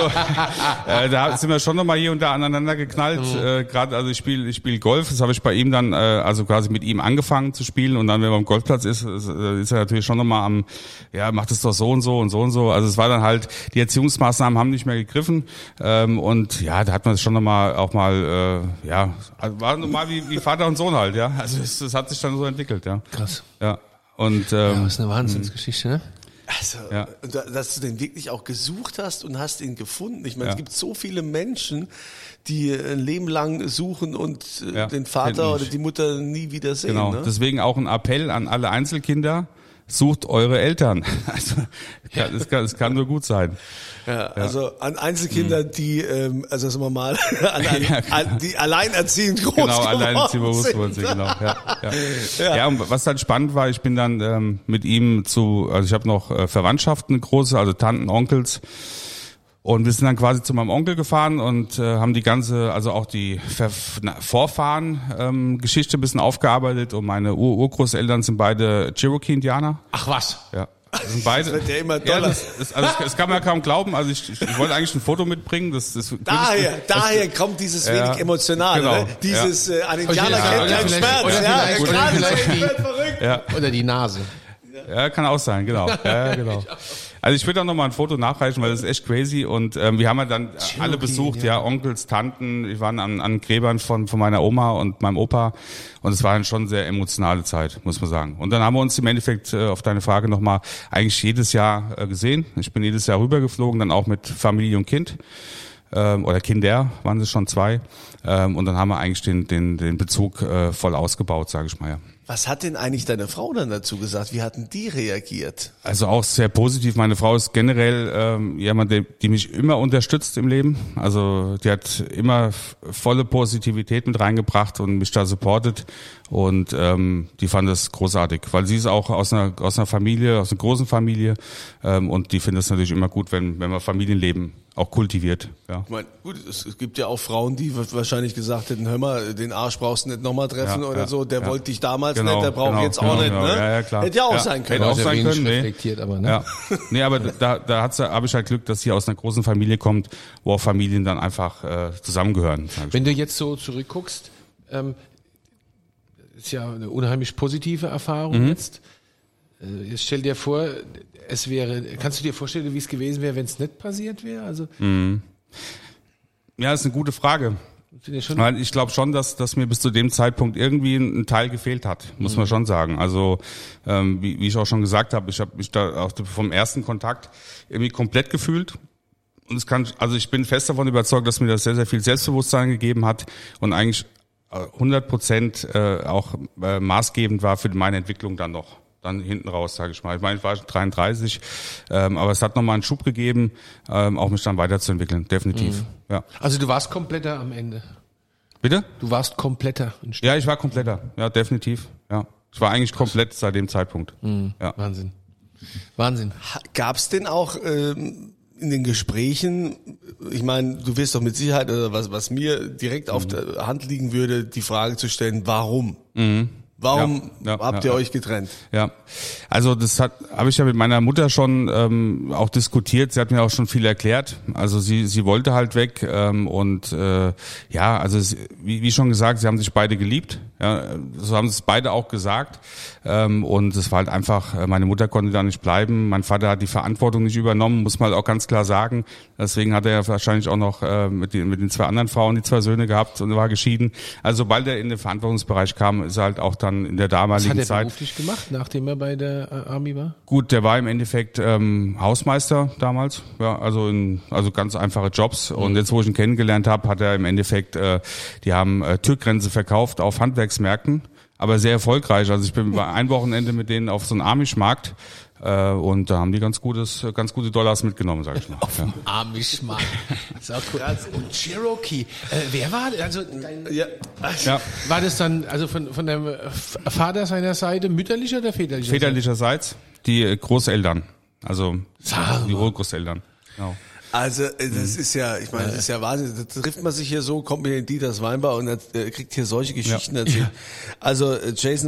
äh, da sind wir schon noch mal hier und da aneinander geknallt. Mhm. Äh, Gerade, also ich spiele, ich spiele Golf. Das habe ich bei ihm dann, äh, also quasi mit ihm angefangen zu spielen. Und dann, wenn man am Golfplatz ist, ist, ist er natürlich schon noch mal am, ja, macht es doch so und so und so und so. Also es war dann halt, die Erziehungsmaßnahmen haben nicht mehr gegriffen. Ähm, und ja, da hat man es schon noch mal auch mal, äh, ja, also war normal wie, wie Vater und Sohn halt. Ja, also es, es hat sich dann so entwickelt, ja. Krass. Ja. Und ähm, ja, das ist eine Wahnsinnsgeschichte, ne? Also, ja. dass du den wirklich auch gesucht hast und hast ihn gefunden. Ich meine, ja. es gibt so viele Menschen, die ein Leben lang suchen und ja, den Vater oder die Mutter nie wieder sehen. Genau. Ne? Deswegen auch ein Appell an alle Einzelkinder: Sucht eure Eltern. Also es kann, es kann nur gut sein. Ja, also an Einzelkinder, die, ähm, also sagen wir mal, an, an, ja, genau. an, die alleinerziehend groß genau, alleinerziehend groß geworden sind. Genau, ja, ja. Ja. ja, und was dann spannend war, ich bin dann ähm, mit ihm zu, also ich habe noch äh, Verwandtschaften große, also Tanten, Onkels. Und wir sind dann quasi zu meinem Onkel gefahren und äh, haben die ganze, also auch die Ver- Vorfahren-Geschichte ähm, ein bisschen aufgearbeitet. Und meine Ur- Urgroßeltern sind beide Cherokee-Indianer. Ach was? Ja. Das sind beide. Das wird ja immer ja, doller. das, das, also das, das kann man ja kaum glauben. Also ich, ich, ich wollte eigentlich ein Foto mitbringen. Das, das daher, das, daher kommt dieses ja, wenig Emotionale. genau, Ne? Dieses ja. äh, ein Indianer ja, kennt keinen Schmerz. Oder ja, vielleicht, oder vielleicht die, verrückt. Ja. Oder die Nase. Ja, kann auch sein, genau. Ja, genau. Also ich würde auch noch mal ein Foto nachreichen, weil das ist echt crazy. Und ähm, wir haben ja dann Cherokee, alle besucht, ja. ja, Onkels, Tanten. Wir waren an, an Gräbern von von meiner Oma und meinem Opa. Und es war dann schon eine sehr emotionale Zeit, muss man sagen. Und dann haben wir uns im Endeffekt äh, auf deine Frage noch mal eigentlich jedes Jahr äh, gesehen. Ich bin jedes Jahr rübergeflogen, dann auch mit Familie und Kind. Ähm, oder Kinder, waren es schon zwei. Ähm, und dann haben wir eigentlich den den den Bezug äh, voll ausgebaut, sage ich mal, ja. Was hat denn eigentlich deine Frau dann dazu gesagt? Wie hatten die reagiert? Also auch sehr positiv. Meine Frau ist generell ähm, jemand, die, die mich immer unterstützt im Leben. Also die hat immer f- volle Positivität mit reingebracht und mich da supportet. Und ähm, die fand das großartig, weil sie ist auch aus einer aus einer Familie, aus einer großen Familie. Ähm, und die findet es natürlich immer gut, wenn wenn man Familienleben auch kultiviert. Ja. Ich meine, gut, es, es gibt ja auch Frauen, die wahrscheinlich gesagt hätten, hör mal, den Arsch brauchst du nicht nochmal treffen Ja, oder ja, so, der ja. wollte dich damals Genau, nicht, der braucht genau, jetzt genau, auch nicht. genau. Ne? Ja, ja, klar. Hätte ja auch Ja, sein können. hätte auch Sehr sein wenig können, nee. reflektiert, aber ne? Ja, nee, aber da da hat's habe ich halt Glück, dass sie aus einer großen Familie kommt, wo auch Familien dann einfach äh, zusammengehören. Sag ich. Wenn du jetzt so zurückguckst, ähm, ist ja eine unheimlich positive Erfahrung Mhm. jetzt. Äh, jetzt stell dir vor, es wäre, kannst du dir vorstellen, wie es gewesen wäre, wenn es nicht passiert wäre? Also Mhm. Ja, ist eine gute Frage. sind ja schon Weil ich glaube schon, dass, dass mir bis zu dem Zeitpunkt irgendwie ein, ein Teil gefehlt hat, muss man schon sagen. Also ähm, wie, wie ich auch schon gesagt habe, ich habe mich da auch vom ersten Kontakt irgendwie komplett gefühlt. und es kann, also ich bin fest davon überzeugt, dass mir das sehr, sehr viel Selbstbewusstsein gegeben hat und eigentlich hundert Prozent äh, auch äh, maßgebend war für meine Entwicklung dann noch. Dann hinten raus, sage ich mal. Ich meine, ich war dreiunddreißig, ähm, aber es hat nochmal einen Schub gegeben, ähm, auch mich dann weiterzuentwickeln, definitiv. Mhm. Ja. Also du warst kompletter am Ende. Bitte? Du warst kompletter. Ja, ich war kompletter, ja, definitiv. Ja, ich war eigentlich komplett seit dem Zeitpunkt. Mhm. Ja. Wahnsinn. Wahnsinn. Gab's denn auch ähm, in den Gesprächen, ich meine, du wirst doch mit Sicherheit, oder was, was mir direkt mhm. auf der Hand liegen würde, die Frage zu stellen, warum? Mhm. Warum ja, ja, habt ihr ja, euch getrennt? Ja, also das hat habe ich ja mit meiner Mutter schon ähm, auch diskutiert. Sie hat mir auch schon viel erklärt. Also sie sie wollte halt weg ähm, und äh, ja, also es, wie, wie schon gesagt, sie haben sich beide geliebt. Ja, so haben es beide auch gesagt. Ähm, und es war halt einfach, meine Mutter konnte da nicht bleiben. Mein Vater hat die Verantwortung nicht übernommen, muss man halt auch ganz klar sagen. Deswegen hat er ja wahrscheinlich auch noch äh, mit den mit den zwei anderen Frauen die zwei Söhne gehabt und war geschieden. Also sobald er in den Verantwortungsbereich kam, ist er halt auch dann in der damaligen Zeit. Was hat er beruflich gemacht, nachdem er bei der Army war? Gut, der war im Endeffekt ähm, Hausmeister damals, ja, also in, also ganz einfache Jobs. Mhm. Und jetzt, wo ich ihn kennengelernt habe, hat er im Endeffekt, äh, die haben äh, Türgrenze verkauft auf Handwerksmärkten, aber sehr erfolgreich. Also ich bin bei ein Wochenende mit denen auf so einem Amish-Markt. Äh, und da haben die ganz gutes, ganz gute Dollars mitgenommen, sag ich mal. Auf dem ja. Amish-Markt. Ist auch cool. Und Cherokee. Äh, wer war, also, dein, ja. ja. War das dann, also von, von dem Vater seiner Seite mütterlicher oder väterlicher? Väterlicherseits, die Großeltern. Also, Sarah. Die Großeltern. Genau. Also das mhm. ist ja, ich meine, das ist ja Wahnsinn. Da trifft man sich hier so, kommt mit den Dieters Weinbar und äh, kriegt hier solche Geschichten ja. erzählt. Also Jason,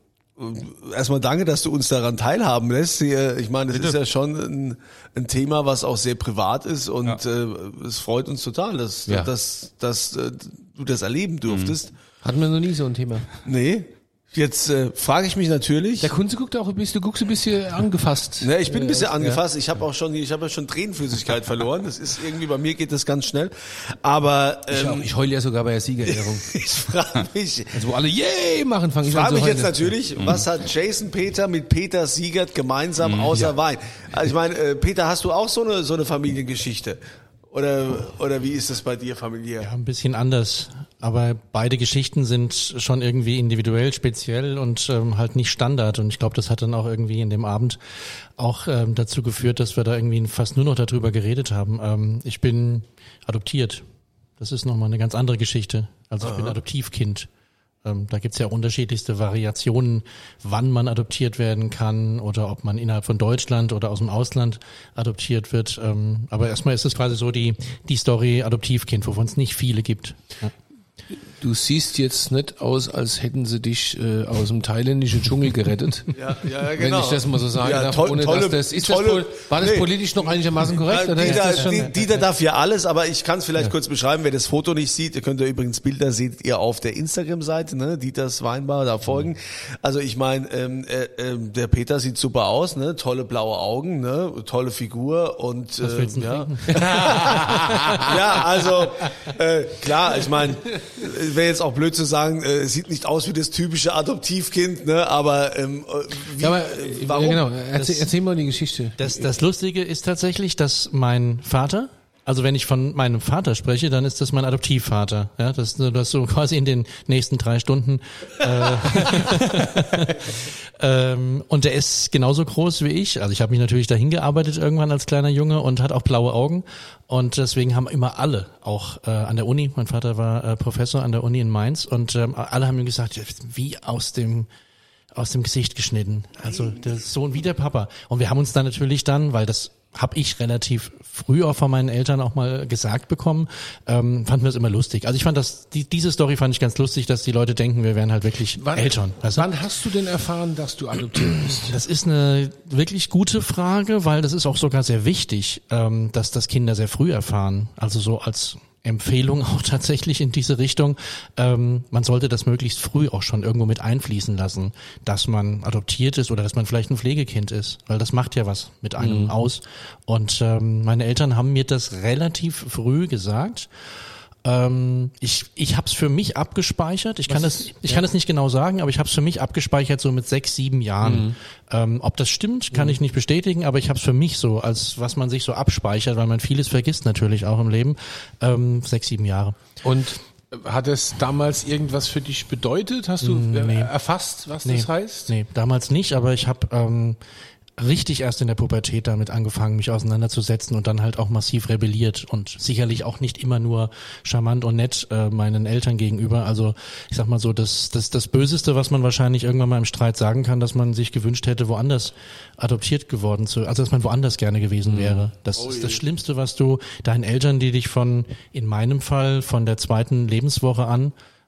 erstmal danke, dass du uns daran teilhaben lässt. Ich meine, das Bitte. ist ja schon ein, ein Thema, was auch sehr privat ist und ja. äh, es freut uns total, dass, ja. dass, dass, dass äh, du das erleben durftest. Hatten wir noch nie so ein Thema. Nee. Jetzt äh, frage ich mich natürlich. Der Kunze guckt auch ein bisschen, du guckst ein bisschen angefasst. Ne, ich bin ein bisschen äh, angefasst. Ich habe auch schon, ich habe ja schon Tränenflüssigkeit verloren. Das ist irgendwie, bei mir geht das ganz schnell. Aber ähm, ich, auch, ich heule ja sogar bei der Siegerehrung. Ich frage mich. Also wo alle Yay machen, fange ich an zu heulen. Ich frage mich jetzt natürlich, mhm. was hat Jason Peter mit Peter Siegert gemeinsam mhm, außer ja. Wein? Also ich meine, äh, Peter, hast du auch so eine so eine Familiengeschichte? Oder oder wie ist das bei dir familiär? Ja, ein bisschen anders. Aber beide Geschichten sind schon irgendwie individuell, speziell und ähm, halt nicht Standard. Und ich glaube, das hat dann auch irgendwie in dem Abend auch ähm, dazu geführt, dass wir da irgendwie fast nur noch darüber geredet haben. Ähm, ich bin adoptiert. Das ist nochmal eine ganz andere Geschichte. Also ich Aha. bin Adoptivkind. Ähm, da gibt's ja unterschiedlichste Variationen, wann man adoptiert werden kann oder ob man innerhalb von Deutschland oder aus dem Ausland adoptiert wird. Ähm, aber erstmal ist es quasi so die die Story Adoptivkind, wovon es nicht viele gibt. Ja. Du siehst jetzt nicht aus, als hätten sie dich äh, aus dem thailändischen Dschungel gerettet. Ja, ja, ja, genau. Wenn ich das mal so sagen ja, darf, toll, ohne tolle, dass das ist tolle, das war das nee. politisch noch einigermaßen korrekt? Ja, oder Dieter, ist das schon, Dieter darf ja alles, aber ich kann es vielleicht ja. kurz beschreiben, wer das Foto nicht sieht. Ihr könnt ja übrigens Bilder seht ihr auf der Instagram-Seite, ne? Dieters Weinbar, da folgen. Mhm. Also ich meine, ähm, äh, äh, der Peter sieht super aus, ne? Tolle blaue Augen, ne? Tolle Figur und Was willst du äh, ja. ja, also äh, klar, ich meine, wäre jetzt auch blöd zu sagen, äh, sieht nicht aus wie das typische Adoptivkind, ne? Aber ähm, wie, ja, aber, äh, warum? Ja, genau. Erzähl, erzähl mal die Geschichte. Das, das Lustige ist tatsächlich, dass mein Vater, also wenn ich von meinem Vater spreche, dann ist das mein Adoptivvater. Ja, das, das so quasi in den nächsten drei Stunden. Äh, ähm, und der ist genauso groß wie ich. Also ich habe mich natürlich dahin gearbeitet irgendwann als kleiner Junge und hat auch blaue Augen. Und deswegen haben immer alle, auch äh, an der Uni, mein Vater war äh, Professor an der Uni in Mainz, und ähm, alle haben ihm gesagt, wie aus dem aus dem Gesicht geschnitten. Also der Sohn wie der Papa. Und wir haben uns dann natürlich dann, weil das habe ich relativ früh auch von meinen Eltern auch mal gesagt bekommen, ähm, fanden wir es immer lustig. Also ich fand das, die, diese Story fand ich ganz lustig, dass die Leute denken, wir wären halt wirklich wann, Eltern. Weißt du? Wann hast du denn erfahren, dass du adoptiert bist? Das ist eine wirklich gute Frage, weil das ist auch sogar sehr wichtig, ähm, dass das Kinder sehr früh erfahren. Also so als Empfehlung auch tatsächlich in diese Richtung. Ähm, man sollte das möglichst früh auch schon irgendwo mit einfließen lassen, dass man adoptiert ist oder dass man vielleicht ein Pflegekind ist, weil das macht ja was mit einem mhm. aus. Und ähm, meine Eltern haben mir das relativ früh gesagt. Ähm, ich ich habe es für mich abgespeichert. Ich kann das ist- ich ja. kann das nicht genau sagen, aber ich habe es für mich abgespeichert so mit sechs, sieben Jahren. Mhm. Ähm, ob das stimmt, kann ich nicht bestätigen, aber ich habe es für mich so, als was man sich so abspeichert, weil man vieles vergisst natürlich auch im Leben. Ähm, sechs, sieben Jahre. Und hat es damals irgendwas für dich bedeutet? Hast du äh, Nee. erfasst, was Nee. das heißt? Nee, damals nicht, aber ich habe ähm, richtig erst in der Pubertät damit angefangen, mich auseinanderzusetzen und dann halt auch massiv rebelliert und sicherlich auch nicht immer nur charmant und nett äh, meinen Eltern gegenüber. Also ich sag mal so, das, das, das Böseste, was man wahrscheinlich irgendwann mal im Streit sagen kann, dass man sich gewünscht hätte, woanders adoptiert geworden zu, also dass man woanders gerne gewesen wäre. Das ist das Schlimmste, was du deinen Eltern, die dich von, in meinem Fall, von der zweiten Lebenswoche an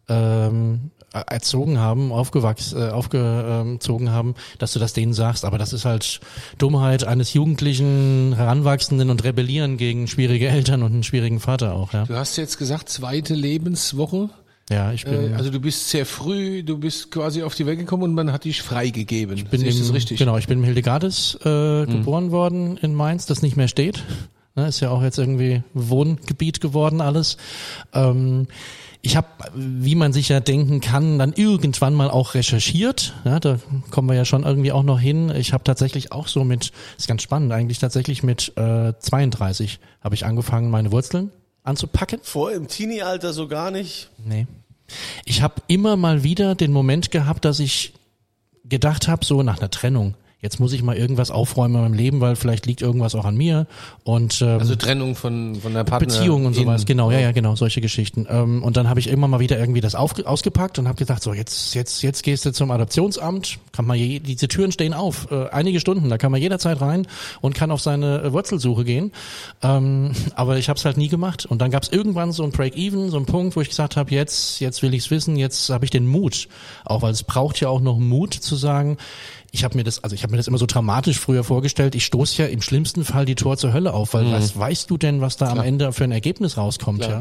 ähm, erzogen haben, aufgewachsen, äh, aufgezogen haben, dass du das denen sagst. Aber das ist halt Dummheit eines Jugendlichen, Heranwachsenden und Rebellieren gegen schwierige Eltern und einen schwierigen Vater auch. Ja, Du hast jetzt gesagt, zweite Lebenswoche. ja ich bin, Äh, also du bist sehr früh, du bist quasi auf die Welt gekommen und man hat dich freigegeben. bin Sehe ich im, das richtig? Genau, ich bin im Hildegardes äh, geboren worden in Mainz, das nicht mehr steht. Ne, ist ja auch jetzt irgendwie Wohngebiet geworden alles. Ähm, Ich habe, wie man sich ja denken kann, dann irgendwann mal auch recherchiert. Ja, da kommen wir ja schon irgendwie auch noch hin. Ich habe tatsächlich auch so mit, ist ganz spannend eigentlich, tatsächlich mit äh, zweiunddreißig habe ich angefangen, meine Wurzeln anzupacken. Vor im Teenie-Alter so gar nicht. Nee. Ich habe immer mal wieder den Moment gehabt, dass ich gedacht habe, so nach einer Trennung, jetzt muss ich mal irgendwas aufräumen in meinem Leben, weil vielleicht liegt irgendwas auch an mir. Und ähm, Also Trennung von, von der Partner. Beziehungen und sowas, in- genau, ja, ja, genau, solche Geschichten. Ähm, und dann habe ich immer mal wieder irgendwie das auf, ausgepackt und habe gedacht, so jetzt, jetzt, jetzt gehst du zum Adoptionsamt, kann man je, diese Türen stehen auf, äh, einige Stunden, da kann man jederzeit rein und kann auf seine äh, Wurzelsuche gehen. Ähm, aber ich habe es halt nie gemacht. Und dann gab es irgendwann so ein Break-Even, so ein Punkt, wo ich gesagt habe, jetzt, jetzt will ich's wissen, jetzt habe ich den Mut, auch weil es braucht ja auch noch Mut zu sagen. Ich habe mir das, also ich habe mir das immer so dramatisch früher vorgestellt. Ich stoße ja im schlimmsten Fall die Tor zur Hölle auf, weil Mhm. was weißt du denn, was da am Ende für ein Ergebnis rauskommt, Klar.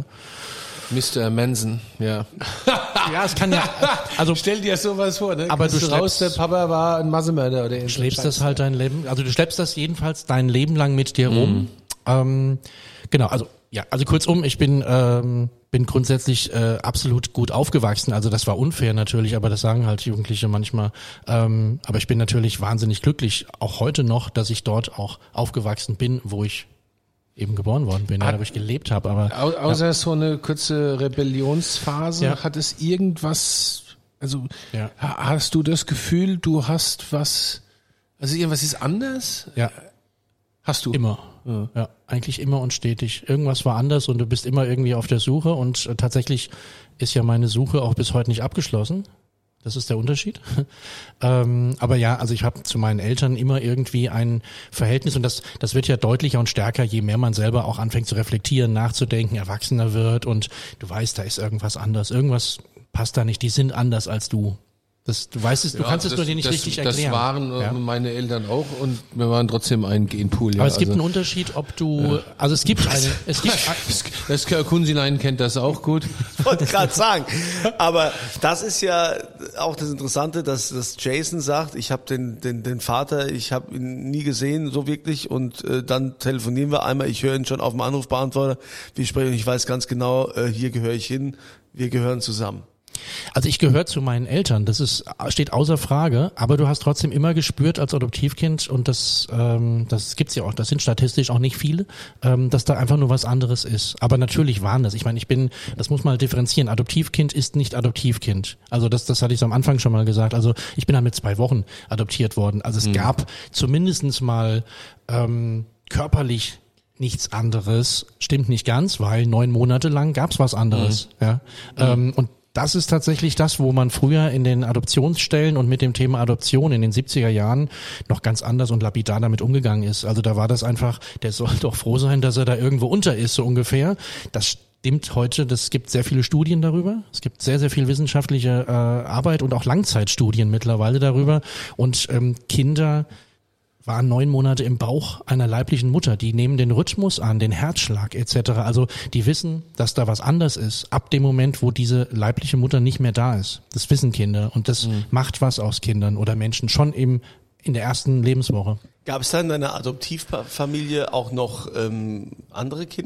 Mister Manson, ja. ja? Ja, es kann ja, also Stell dir sowas vor, ne? Aber Kommst du raus, der schleppst- Papa war ein Massenmörder oder du schleppst das halt dein Leben, also du schleppst das jedenfalls dein Leben lang mit dir rum. Ähm, genau, also ja, also kurzum, ich bin ähm, bin grundsätzlich äh, absolut gut aufgewachsen. Also das war unfair natürlich, aber das sagen halt Jugendliche manchmal. Ähm, aber ich bin natürlich wahnsinnig glücklich, auch heute noch, dass ich dort auch aufgewachsen bin, wo ich eben geboren worden bin, ja, Hat- wo ich gelebt habe. Aber Au außer so eine kurze Rebellionsphase, Ja. hat es irgendwas, also Ja. ha- hast du das Gefühl, du hast was, also irgendwas ist anders? ja, Hast du? immer. Ja, eigentlich immer und stetig. Irgendwas war anders und du bist immer irgendwie auf der Suche und äh, tatsächlich ist ja meine Suche auch bis heute nicht abgeschlossen. Das ist der Unterschied. ähm, aber ja, also ich habe zu meinen Eltern immer irgendwie ein Verhältnis und das, das wird ja deutlicher und stärker, je mehr man selber auch anfängt zu reflektieren, nachzudenken, erwachsener wird und du weißt, da ist irgendwas anders. Irgendwas passt da nicht, die sind anders als du. Das, du weißt es, du Ja, kannst es das, nur dir nicht das, richtig erklären. Das waren äh, Ja. meine Eltern auch und wir waren trotzdem ein Genpool. Ja. Aber es gibt also, einen Unterschied, ob du, also es gibt eine, es gibt, das Kunzilein kennt das auch gut. Wollte gerade sagen. Aber das ist ja auch das Interessante, dass, dass Jason sagt, ich habe den, den, den Vater, ich habe ihn nie gesehen, so wirklich. Und äh, dann telefonieren wir einmal, ich höre ihn schon auf dem Anrufbeantworter. Wir sprechen, ich weiß ganz genau, äh, hier gehöre ich hin, wir gehören zusammen. Also ich gehöre zu meinen Eltern, das ist steht außer Frage, aber du hast trotzdem immer gespürt als Adoptivkind und das ähm, das gibt's ja auch, das sind statistisch auch nicht viele, ähm, dass da einfach nur was anderes ist. Aber natürlich waren das. Ich meine, ich bin, das muss man halt differenzieren. Adoptivkind ist nicht Adoptivkind. Also das das hatte ich so am Anfang schon mal gesagt. Also ich bin halt mit zwei Wochen adoptiert worden. Also es gab zumindestens mal ähm, körperlich nichts anderes. Stimmt nicht ganz, weil neun Monate lang gab's was anderes. Ja, ähm, und das ist tatsächlich das, wo man früher in den Adoptionsstellen und mit dem Thema Adoption in den siebziger Jahren noch ganz anders und lapidar damit umgegangen ist. Also da war das einfach, der soll doch froh sein, dass er da irgendwo unter ist, so ungefähr. Das stimmt heute, das gibt sehr viele Studien darüber. Es gibt sehr, sehr viel wissenschaftliche äh, Arbeit und auch Langzeitstudien mittlerweile darüber. Und ähm, Kinder waren neun Monate im Bauch einer leiblichen Mutter. Die nehmen den Rhythmus an, den Herzschlag et cetera. Also die wissen, dass da was anders ist, ab dem Moment, wo diese leibliche Mutter nicht mehr da ist. Das wissen Kinder und das mhm. macht was aus Kindern oder Menschen schon im in der ersten Lebenswoche. Gab es da in deiner Adoptivfamilie auch noch ähm, andere Kinder?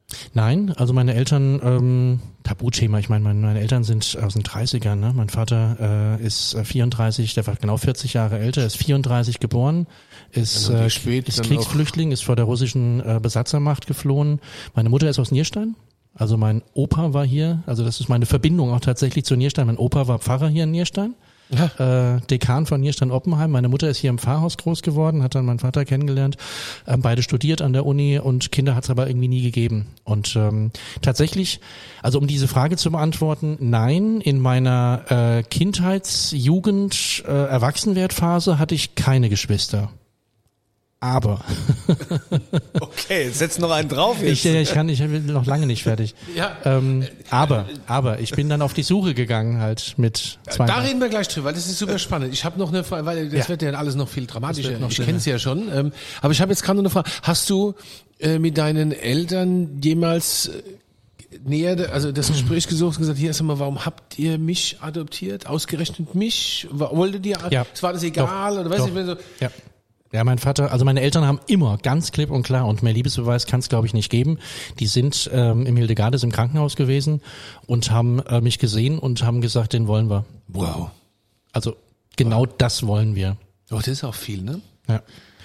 Nein, also meine Eltern, ähm, Tabuthema, ich meine, meine, meine Eltern sind aus den dreißigern, ne? Mein Vater äh, ist vierunddreißig, der war genau vierzig Jahre älter, ist vierunddreißig geboren, ist, äh, spät ist dann Kriegsflüchtling, ist vor der russischen äh, Besatzermacht geflohen. Meine Mutter ist aus Nierstein, also mein Opa war hier, also das ist meine Verbindung auch tatsächlich zu Nierstein. Mein Opa war Pfarrer hier in Nierstein. Ja. Äh, Dekan von Nierstein-Oppenheim. Meine Mutter ist hier im Pfarrhaus groß geworden, hat dann meinen Vater kennengelernt, äh, beide studiert an der Uni und Kinder hat es aber irgendwie nie gegeben. Und ähm, tatsächlich, also um diese Frage zu beantworten, nein, in meiner äh, Kindheits-, Jugend-, äh, Erwachsenwerdphase hatte ich keine Geschwister. Aber Okay, jetzt setz noch einen drauf ich, jetzt. ich kann, ich bin noch lange nicht fertig. Ja. Ähm, aber, aber ich bin dann auf die Suche gegangen halt mit zwei. Da reden wir gleich drüber, weil das ist super spannend. Ich habe noch eine Frage, weil das Ja. wird ja alles noch viel dramatischer. Das wird noch Ich kenne es ja schon. Ähm, aber ich habe jetzt gerade noch eine Frage. Hast du äh, mit deinen Eltern jemals äh, näher, also das Gespräch gesucht und gesagt, hier sag mal, warum habt ihr mich adoptiert? Ausgerechnet mich? Wolltet ihr? Ja. War das egal? Doch, oder weiß doch. ich, wenn so. Ja. Ja, mein Vater, also meine Eltern haben immer ganz klipp und klar, und mehr Liebesbeweis kann es, glaube ich, nicht geben. Die sind ähm, im Hildegardes im Krankenhaus gewesen und haben äh, mich gesehen und haben gesagt, den wollen wir. Wow. Also genau das wollen wir. Oh, das ist auch viel, ne? Ja.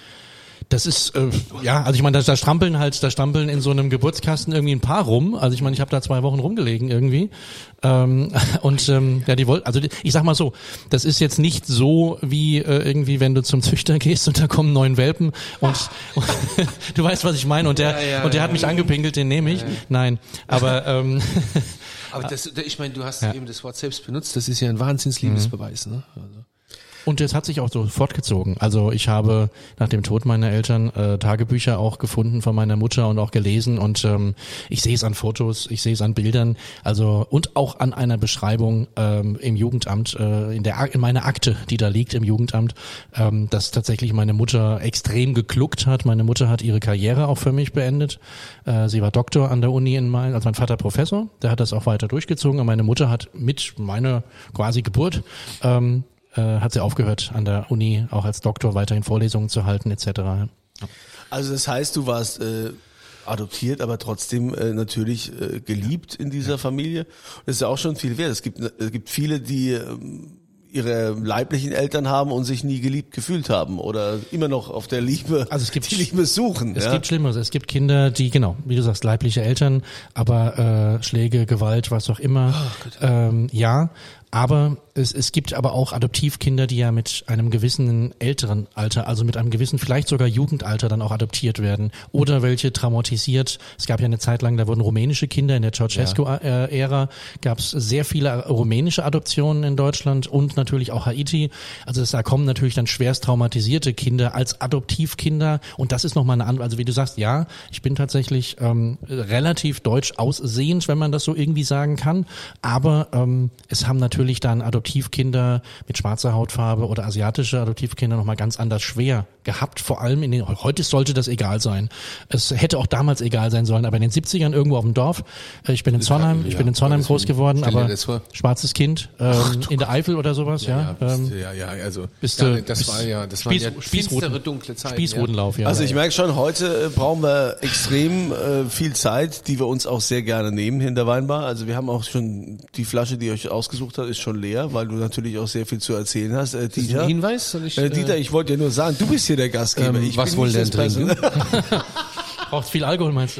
Das ist, äh, ja, also ich meine, da, da strampeln halt, da strampeln in so einem Geburtskasten irgendwie ein Paar rum. Also ich meine, ich habe da zwei Wochen rumgelegen irgendwie. Ähm, und ähm, ja, die wollten, also ich sag mal so, das ist jetzt nicht so wie äh, irgendwie, wenn du zum Züchter gehst und da kommen neun Welpen und, und du weißt, was ich meine. Und der, Ja, ja, und der ja. hat mich angepinkelt, den nehme ich. Nein, aber ähm, Aber das, ich meine, du hast Ja. eben das Wort selbst benutzt. Das ist ja ein Wahnsinnsliebesbeweis, ne? Also. Und das hat sich auch so fortgezogen. Also ich habe nach dem Tod meiner Eltern äh, Tagebücher auch gefunden von meiner Mutter und auch gelesen und ähm, ich sehe es an Fotos, ich sehe es an Bildern, also und auch an einer Beschreibung ähm, im Jugendamt, äh, in der in meiner Akte, die da liegt im Jugendamt, ähm, dass tatsächlich meine Mutter extrem gekluckt hat. Meine Mutter hat ihre Karriere auch für mich beendet. Äh, sie war Doktor an der Uni in Mainz, also mein Vater Professor, der hat das auch weiter durchgezogen und meine Mutter hat mit meiner quasi Geburt ähm, hat sie aufgehört, an der Uni auch als Doktor weiterhin Vorlesungen zu halten et cetera. Also das heißt, du warst äh, adoptiert, aber trotzdem äh, natürlich äh, geliebt in dieser Familie. Das ist ja auch schon viel wert. Es gibt, es gibt viele, die ähm, ihre leiblichen Eltern haben und sich nie geliebt gefühlt haben oder immer noch auf der Liebe, Also es gibt die Liebe suchen. Es ja? gibt Schlimmeres. Es gibt Kinder, die, genau, wie du sagst, leibliche Eltern, aber äh, Schläge, Gewalt, was auch immer. Oh, ähm, ja, aber es, es gibt aber auch Adoptivkinder, die ja mit einem gewissen älteren Alter, also mit einem gewissen, vielleicht sogar Jugendalter dann auch adoptiert werden. Oder welche traumatisiert. Es gab ja eine Zeit lang, da wurden rumänische Kinder, in der Ceausescu-Ära gab es sehr viele rumänische Adoptionen in Deutschland und natürlich auch Haiti. Also es, da kommen natürlich dann schwerst traumatisierte Kinder als Adoptivkinder und das ist nochmal eine andere, also wie du sagst, ja, ich bin tatsächlich ähm, relativ deutsch aussehend, wenn man das so irgendwie sagen kann, aber ähm, es haben natürlich dann Adoptivkinder mit schwarzer Hautfarbe oder asiatische Adoptivkinder nochmal ganz anders schwer gehabt, vor allem in den, heute sollte das egal sein. Es hätte auch damals egal sein sollen, aber in den siebzigern irgendwo auf dem Dorf, äh, ich bin in Zornheim, ich bin in Zornheim groß geworden, Stell dir aber das vor. schwarzes Kind, ähm, in der Eifel oder sowas, ja. Ja, ähm, bist, ja, ja, also bist ja, du- das bist war ja, das waren Spieß- ja Spießruten- finstere, dunkle Zeiten. Spießrutenlauf, ja. Also ich merke schon, heute äh, brauchen wir extrem äh, viel Zeit, die wir uns auch sehr gerne nehmen hier in der Weinbar. Also wir haben auch schon, die Flasche, die ihr euch ausgesucht habt, ist schon leer, weil du natürlich auch sehr viel zu erzählen hast. Äh, Ja. Dieter, Ein Hinweis? Soll ich, äh, Dieter, ich wollte dir nur sagen, du bist hier der Gastgeber. Ähm, ich was bin wollen nicht denn das trinken? Personal. Braucht viel Alkohol, meinst du?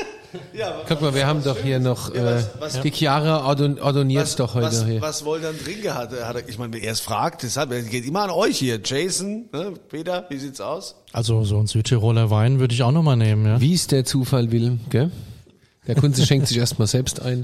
Guck mal, wir haben doch hier noch, Ja, was- äh, was- die Chiara ordon, ordoniert Was, doch heute was, hier. was Woldern trinken hat, hat er, ich meine, wer erst fragt, deshalb, er geht immer an euch hier. Jason, ne? Peter, wie sieht's aus? Also so ein Südtiroler Wein würde ich auch nochmal nehmen, ja. Wie es der Zufall will, gell? Der Kunze schenkt sich erstmal selbst ein.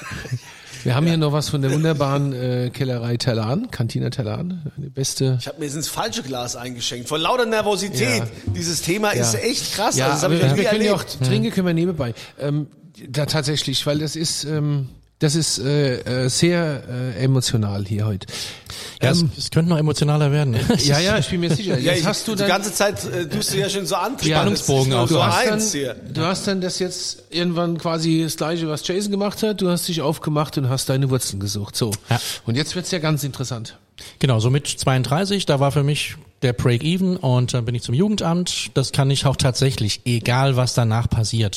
Wir haben hier noch was von der wunderbaren äh, Kellerei Terlan, Cantina Terlan, die beste. Ich habe mir jetzt ins falsche Glas eingeschenkt. Vor lauter Nervosität. Ja. Dieses Thema Ja. ist echt krass. Ja, also, das hab aber ich wir, noch nie wir können ja auch erlebt. trinken, können wir nebenbei. Ähm, da tatsächlich, weil das ist, ähm, das ist äh, äh, sehr äh, emotional hier heute. Ja, Ähm, es, es könnte noch emotionaler werden. ja, ja, ich bin mir sicher. Ja, Jetzt ich, hast du die dann ganze Zeit äh, tust du ja schon so an. Spannungsbogen Das auch ist Du nur hast, eins dann, hier. du hast dann das jetzt irgendwann quasi das Gleiche, was Jason gemacht hat. Du hast dich aufgemacht und hast deine Wurzeln gesucht. So. Ja. Und jetzt wird's ja ganz interessant. Genau, so mit zweiunddreißig, da war für mich der Break-Even und dann bin ich zum Jugendamt. Das kann ich auch tatsächlich, egal was danach passiert.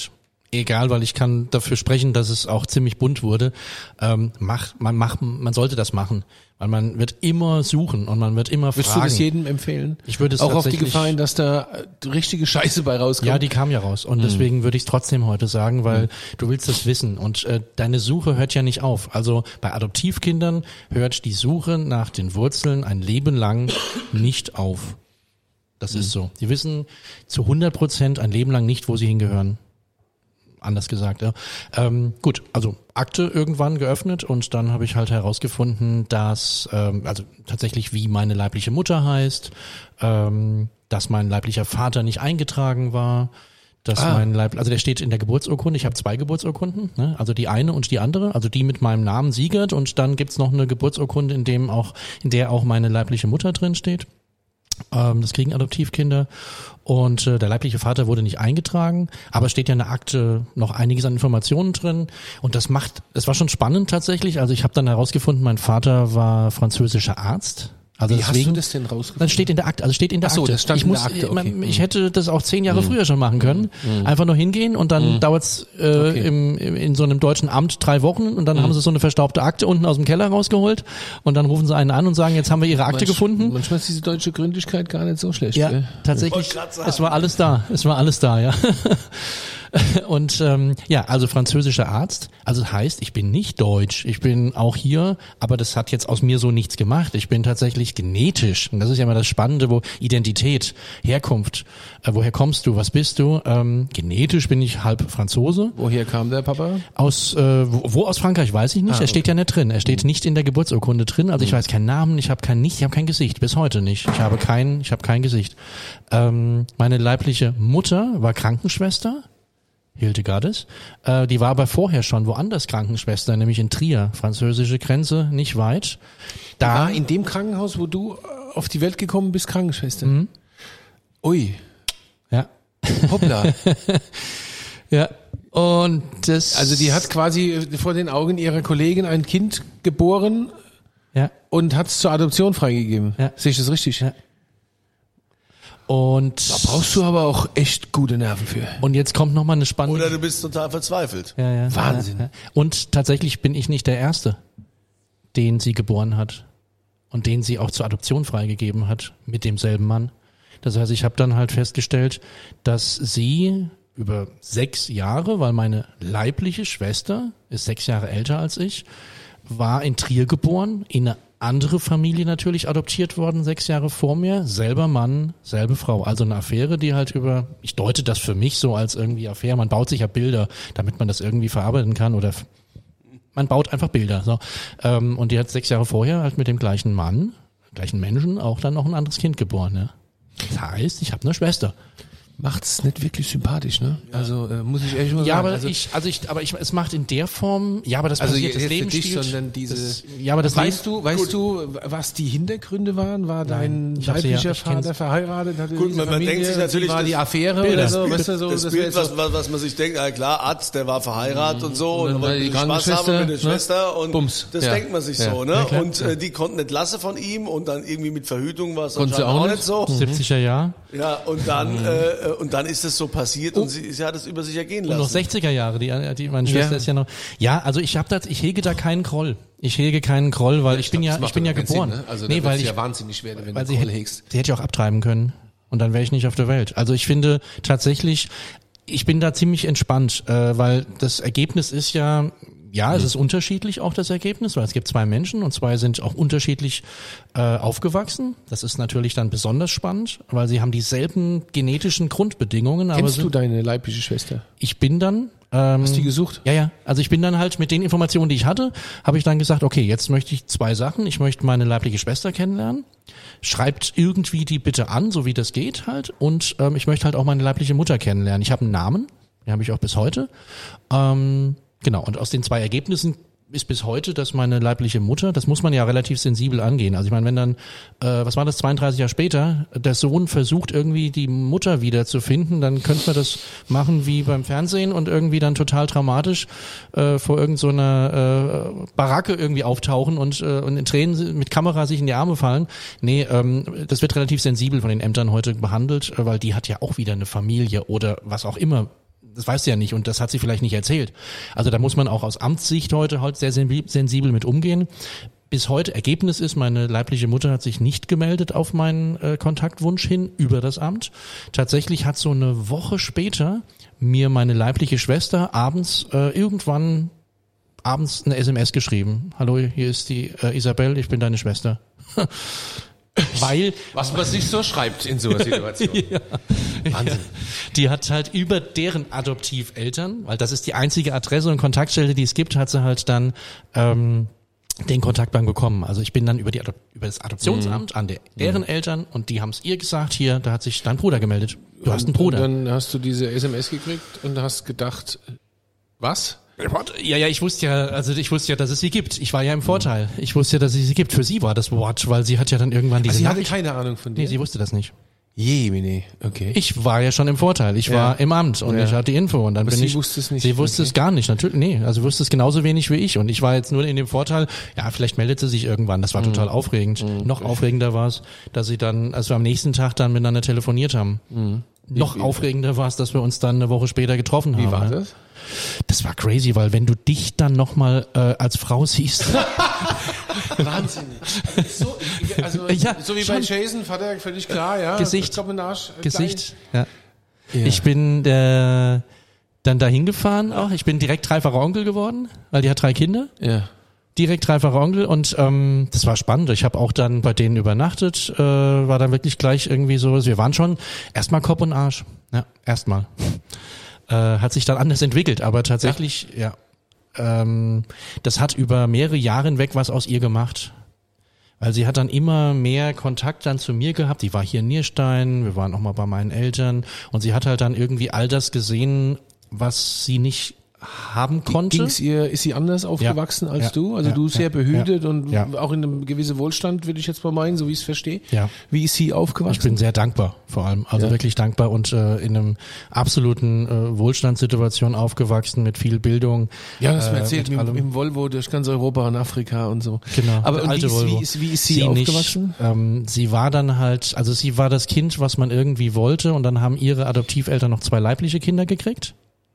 egal, weil ich kann dafür sprechen, dass es auch ziemlich bunt wurde. Ähm, mach, man macht, man sollte das machen, weil man wird immer suchen und man wird immer Würdest fragen. du das jedem empfehlen? Ich würde es auch auf die tatsächlich- Gefahr hin, dass da äh, richtige Scheiße bei rauskommt. Ja, die kam ja raus und deswegen würde ich es trotzdem heute sagen, weil du willst das wissen und äh, deine Suche hört ja nicht auf. Also bei Adoptivkindern hört die Suche nach den Wurzeln ein Leben lang nicht auf. Das ist so. Die wissen zu hundert Prozent ein Leben lang nicht, wo sie hingehören. Anders gesagt, ja. Ähm, gut, also Akte irgendwann geöffnet und dann habe ich halt herausgefunden, dass, ähm, also tatsächlich wie meine leibliche Mutter heißt, ähm, dass mein leiblicher Vater nicht eingetragen war, dass Ah. mein Leib, also der steht in der Geburtsurkunde, ich habe zwei Geburtsurkunden, ne? Also die eine und die andere, also die mit meinem Namen Siegert und dann gibt's noch eine Geburtsurkunde, in dem auch, in der auch meine leibliche Mutter drin steht. Ähm, das kriegen Adoptivkinder und äh, der leibliche Vater wurde nicht eingetragen, aber steht ja in der Akte noch einiges an Informationen drin und das macht, es war schon spannend tatsächlich, also ich habe dann herausgefunden, mein Vater war französischer Arzt. Also Wie deswegen, hast du das denn rausgefunden? Das steht in der Akte, also steht in der Ach so, Akte. das stand ich in muss, der Akte, okay. man, ich hätte das auch zehn Jahre früher schon machen können. Einfach nur hingehen und dann dauert's äh, Okay. im, im, in so einem deutschen Amt drei Wochen und dann haben sie so eine verstaubte Akte unten aus dem Keller rausgeholt und dann rufen sie einen an und sagen, jetzt haben wir ihre Akte Manch- gefunden. Manchmal ist diese deutsche Gründlichkeit gar nicht so schlecht. Ja, gell? tatsächlich. Wollte grad sagen. Es war alles da. Es war alles da, ja. Und ähm, ja, also französischer Arzt. Also das heißt, ich bin nicht deutsch. Ich bin auch hier, aber das hat jetzt aus mir so nichts gemacht. Ich bin tatsächlich genetisch. Und das ist ja immer das Spannende, wo Identität, Herkunft, äh, woher kommst du, was bist du? Ähm, genetisch bin ich halb Franzose. Woher kam der Papa? Aus äh, wo, wo aus Frankreich weiß ich nicht. Ah, Er steht ja nicht drin. Er steht nicht in der Geburtsurkunde drin. Also ich weiß keinen Namen. Ich habe kein nicht. Ich habe kein Gesicht. Bis heute nicht. Ich habe kein. Ich habe kein Gesicht. Ähm, meine leibliche Mutter war Krankenschwester. Hildegardes. Äh, die war aber vorher schon woanders Krankenschwester, nämlich in Trier, französische Grenze, nicht weit. Da War in dem Krankenhaus, wo du äh, auf die Welt gekommen bist, Krankenschwester. Ui, ja, hoppla. ja. Und das, Also die hat quasi vor den Augen ihrer Kollegin ein Kind geboren ja. und hat es zur Adoption freigegeben. Ja. Sehe ich das richtig? Ja. Und Da brauchst du aber auch echt gute Nerven für. und jetzt kommt noch mal eine spannende. Oder du bist total verzweifelt. Ja, ja, Wahnsinn. Ja, ja. Und tatsächlich bin ich nicht der Erste, den sie geboren hat und den sie auch zur Adoption freigegeben hat mit demselben Mann. Das heißt, ich habe dann halt festgestellt, dass sie über sechs Jahre, weil meine leibliche Schwester ist sechs Jahre älter als ich, war in Trier geboren, in eine andere Familie natürlich adoptiert worden, sechs Jahre vor mir, selber Mann, selbe Frau. Also eine Affäre, die halt über, ich deute das für mich so als irgendwie Affäre, man baut sich ja Bilder, damit man das irgendwie verarbeiten kann oder f- man baut einfach Bilder. So. Ähm, und die hat sechs Jahre vorher halt mit dem gleichen Mann, gleichen Menschen auch dann noch ein anderes Kind geboren. Ja. Das heißt, ich habe eine Schwester. Macht's nicht wirklich sympathisch, ne? Also äh, muss ich ehrlich mal Ja, sagen. aber also, ich, also ich, aber ich, es macht in der Form, ja, aber das also passiert, jetzt das nicht Leben für dich, spielt, sondern diese. das, ja, aber das weißt Leben, du, weißt du, was die Hintergründe waren? War dein ich hab sie ja- leiblicher ich kenn's. Vater verheiratet? Hatte Gut, diese man- man denkt sich Familie, natürlich, sie war das- die Affäre Bilder. oder so, weißt du, so, Das das Bild, wäre was, so, was, was man sich denkt, na klar, Arzt, der war verheiratet und so Und dann und war wollte die Spaß haben Krankenschwester, mit der ne? Schwester und Bums. das Ja. denkt man sich Ja. so, ne? Ja, klar. Und äh, die konnten nicht lassen von ihm und dann irgendwie mit Verhütung war es Konnte sie anscheinend auch auch nicht? nicht so. siebziger Jahr Ja, und dann äh, und dann ist es so passiert und sie, sie hat es über sich ergehen und lassen. noch sechziger Jahre, die, die meine Schwester Ja. ist ja noch, ja, also ich habe das, ich hege da keinen Groll. Ich hege keinen Groll, weil ich bin ja, ich bin ja geboren. Sinn, ne? Also nee, da weil wird's ich, ja wahnsinnig schwer, wenn weil du sie Kohl hätte, hegst. sie hätte ja auch abtreiben können und dann wäre ich nicht auf der Welt. Also ich finde tatsächlich, ich bin da ziemlich entspannt, äh, weil das Ergebnis ist ja, ja, es ist unterschiedlich auch das Ergebnis, weil es gibt zwei Menschen und zwei sind auch unterschiedlich äh, aufgewachsen. Das ist natürlich dann besonders spannend, weil sie haben dieselben genetischen Grundbedingungen. Aber Kennst sie, du deine leibliche Schwester? ich bin dann ähm, Hast du die gesucht? ja, ja. Also ich bin dann halt mit den Informationen, die ich hatte, habe ich dann gesagt, okay, jetzt möchte ich zwei Sachen. Ich möchte meine leibliche Schwester kennenlernen. Schreibt irgendwie die bitte an, so wie das geht halt. Und ähm, ich möchte halt auch meine leibliche Mutter kennenlernen. Ich habe einen Namen, den habe ich auch bis heute. Ähm, genau, und aus den zwei Ergebnissen ist bis heute, dass meine leibliche Mutter, das muss man ja relativ sensibel angehen. Also ich meine, wenn dann, äh, was war das, zweiunddreißig Jahre später, der Sohn versucht irgendwie die Mutter wieder zu finden, dann könnte man das machen wie beim Fernsehen und irgendwie dann total dramatisch äh, vor irgend so einer äh, Baracke irgendwie auftauchen und, äh, und in Tränen mit Kamera sich in die Arme fallen. Nee, ähm, das wird relativ sensibel von den Ämtern heute behandelt, äh, weil die hat ja auch wieder eine Familie oder was auch immer, das weiß sie ja nicht und das hat sie vielleicht nicht erzählt. Also da muss man auch aus Amtssicht heute halt sehr sensibel mit umgehen. Bis heute, Ergebnis ist, meine leibliche Mutter hat sich nicht gemeldet auf meinen äh, Kontaktwunsch hin über das Amt. Tatsächlich hat so eine Woche später mir meine leibliche Schwester abends äh, irgendwann abends eine S M S geschrieben. Hallo, hier ist die äh, Isabel, ich bin deine Schwester. Weil was man sich so schreibt in so einer Situation. ja. Wahnsinn. Ja. Die hat halt über deren Adoptiveltern, weil das ist die einzige Adresse und Kontaktstelle, die es gibt, hat sie halt dann ähm, den Kontaktbank bekommen. Also ich bin dann über die Adop- über das Adoptionsamt mhm. an der, deren mhm. Eltern und die haben es ihr gesagt, hier, da hat sich dein Bruder gemeldet. Du hast einen Bruder. Und dann hast du diese S M S gekriegt und hast gedacht, was? Ja, ja, ich wusste ja, also ich wusste ja, dass es sie gibt. Ich war ja im Vorteil. Ich wusste ja, dass es sie gibt. Für sie war das Wort, weil sie hat ja dann irgendwann diese also sie hatte Nachricht. keine Ahnung von dir? Nee, sie wusste das nicht. Jemine, okay. Ich war ja schon im Vorteil. Ich Ja. war im Amt und Ja. ich hatte die Info und dann Aber bin sie ich. wusste es nicht. Sie wusste Okay. es gar nicht, natürlich. Nee, also wusste es genauso wenig wie ich und ich war jetzt nur in dem Vorteil. Ja, vielleicht meldet sie sich irgendwann. Das war Mhm. total aufregend. Noch aufregender war es, dass sie dann, als wir am nächsten Tag dann miteinander telefoniert haben. Mhm. Noch wie- aufregender war es, dass wir uns dann eine Woche später getroffen haben. Wie war ne? das? Das war crazy, weil wenn du dich dann nochmal äh, als Frau siehst. Wahnsinnig. So, also, Ja, so wie schon. bei Jason, Vater, völlig klar, ja. Gesicht. Doppelnarsch, äh, Gesicht. Ja. klein. Ja. Ich bin äh, dann dahin gefahren auch. Ich bin direkt dreifacher Onkel geworden, weil die hat drei Kinder. Ja. Direkt dreifacher Onkel und ähm, das war spannend. Ich habe auch dann bei denen übernachtet, äh, war dann wirklich gleich irgendwie so, wir waren schon erstmal Kopf und Arsch. Ja, erstmal. Äh, hat sich dann anders entwickelt, aber tatsächlich, ja, ja ähm, das hat über mehrere Jahre hinweg was aus ihr gemacht. Weil sie hat dann immer mehr Kontakt dann zu mir gehabt. Die war hier in Nierstein, wir waren auch mal bei meinen Eltern und sie hat halt dann irgendwie all das gesehen, was sie nicht haben konnte. Ging's ihr, ist sie anders aufgewachsen Ja. als Ja. du? Also Ja. du sehr Ja. behütet Ja. und Ja. auch in einem gewissen Wohlstand, würde ich jetzt mal meinen, so wie ich es verstehe. Ja. Wie ist sie aufgewachsen? Ich bin sehr dankbar, vor allem. Also Ja. wirklich dankbar und äh, in einem absoluten äh, Wohlstandssituation aufgewachsen mit viel Bildung. Ja, das hast du mir äh, erzählt, mit mit, allem. mit dem Volvo durch ganz Europa und Afrika und so. Genau. Aber der und wie, alte ist, Volvo. wie, ist, wie ist sie, aufgewachsen? Nicht, ähm, sie war dann halt, also sie war das Kind, was man irgendwie wollte und dann haben ihre Adoptiveltern noch zwei leibliche Kinder gekriegt.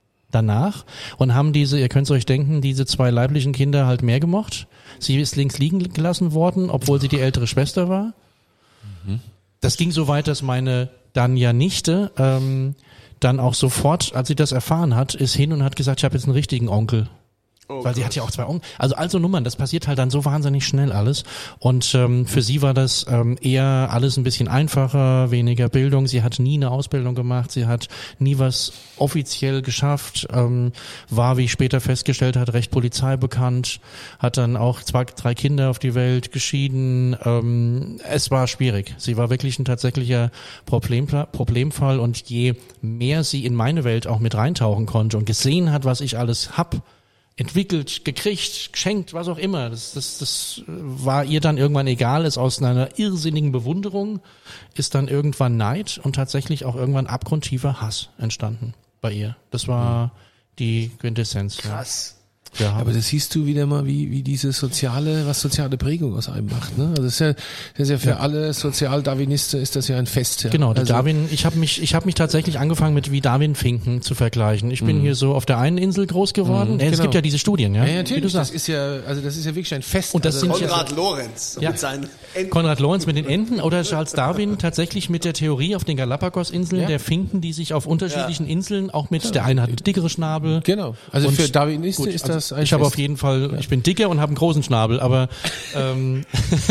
Danach und haben diese, ihr könnt es euch denken, diese zwei leiblichen Kinder halt mehr gemocht. Sie ist links liegen gelassen worden, obwohl sie die ältere Schwester war. Mhm. Das ging so weit, dass meine dann ja Nichte ähm, dann auch sofort, als sie das erfahren hat, ist hin und hat gesagt, ich habe jetzt einen richtigen Onkel. Oh Weil sie Gott. hat ja auch zwei Onkel. Also also Nummern, das passiert halt dann so wahnsinnig schnell alles. Und ähm, für sie war das ähm, eher alles ein bisschen einfacher, weniger Bildung. Sie hat nie eine Ausbildung gemacht, sie hat nie was offiziell geschafft, ähm, war, wie ich später festgestellt hat, recht polizeibekannt, hat dann auch zwei, drei Kinder auf die Welt, geschieden. Ähm, es war schwierig. Sie war wirklich ein tatsächlicher Problem, Problemfall und je mehr sie in meine Welt auch mit reintauchen konnte und gesehen hat, was ich alles hab, entwickelt, gekriegt, geschenkt, was auch immer. Das, das, das war ihr dann irgendwann egal, ist aus einer irrsinnigen Bewunderung, ist dann irgendwann Neid und tatsächlich auch irgendwann abgrundtiefer Hass entstanden bei ihr. Das war die Quintessenz. Krass. Ja. Ja, Aber das siehst du wieder mal, wie, wie diese soziale, was soziale Prägung aus einem macht, ne? Also das ist ja, das ist ja für Ja. alle Sozialdarwinisten ist das ja ein Fest, ja. Genau, die also, Darwin, ich habe mich ich habe mich tatsächlich angefangen mit wie Darwin-Finken zu vergleichen. Ich bin hier so auf der einen Insel groß geworden. Ja, es genau. gibt ja diese Studien, ja. Ja, ja, wie du natürlich, das sagst. ist ja, also das ist ja wirklich ein Fest. Und das also, sind ja- Konrad Lorenz Ja. mit seinen Enten. Konrad Lorenz mit den Enten oder Charles Darwin tatsächlich mit der Theorie auf den Galapagos-Inseln Ja. der Finken, die sich auf unterschiedlichen Inseln auch mit, der eine hat einen dickeren Schnabel. Genau. Also Und- für Darwinisten Gut, ist also das ein ich habe Fest. auf jeden Fall, ich bin dicker und habe einen großen Schnabel, aber ähm,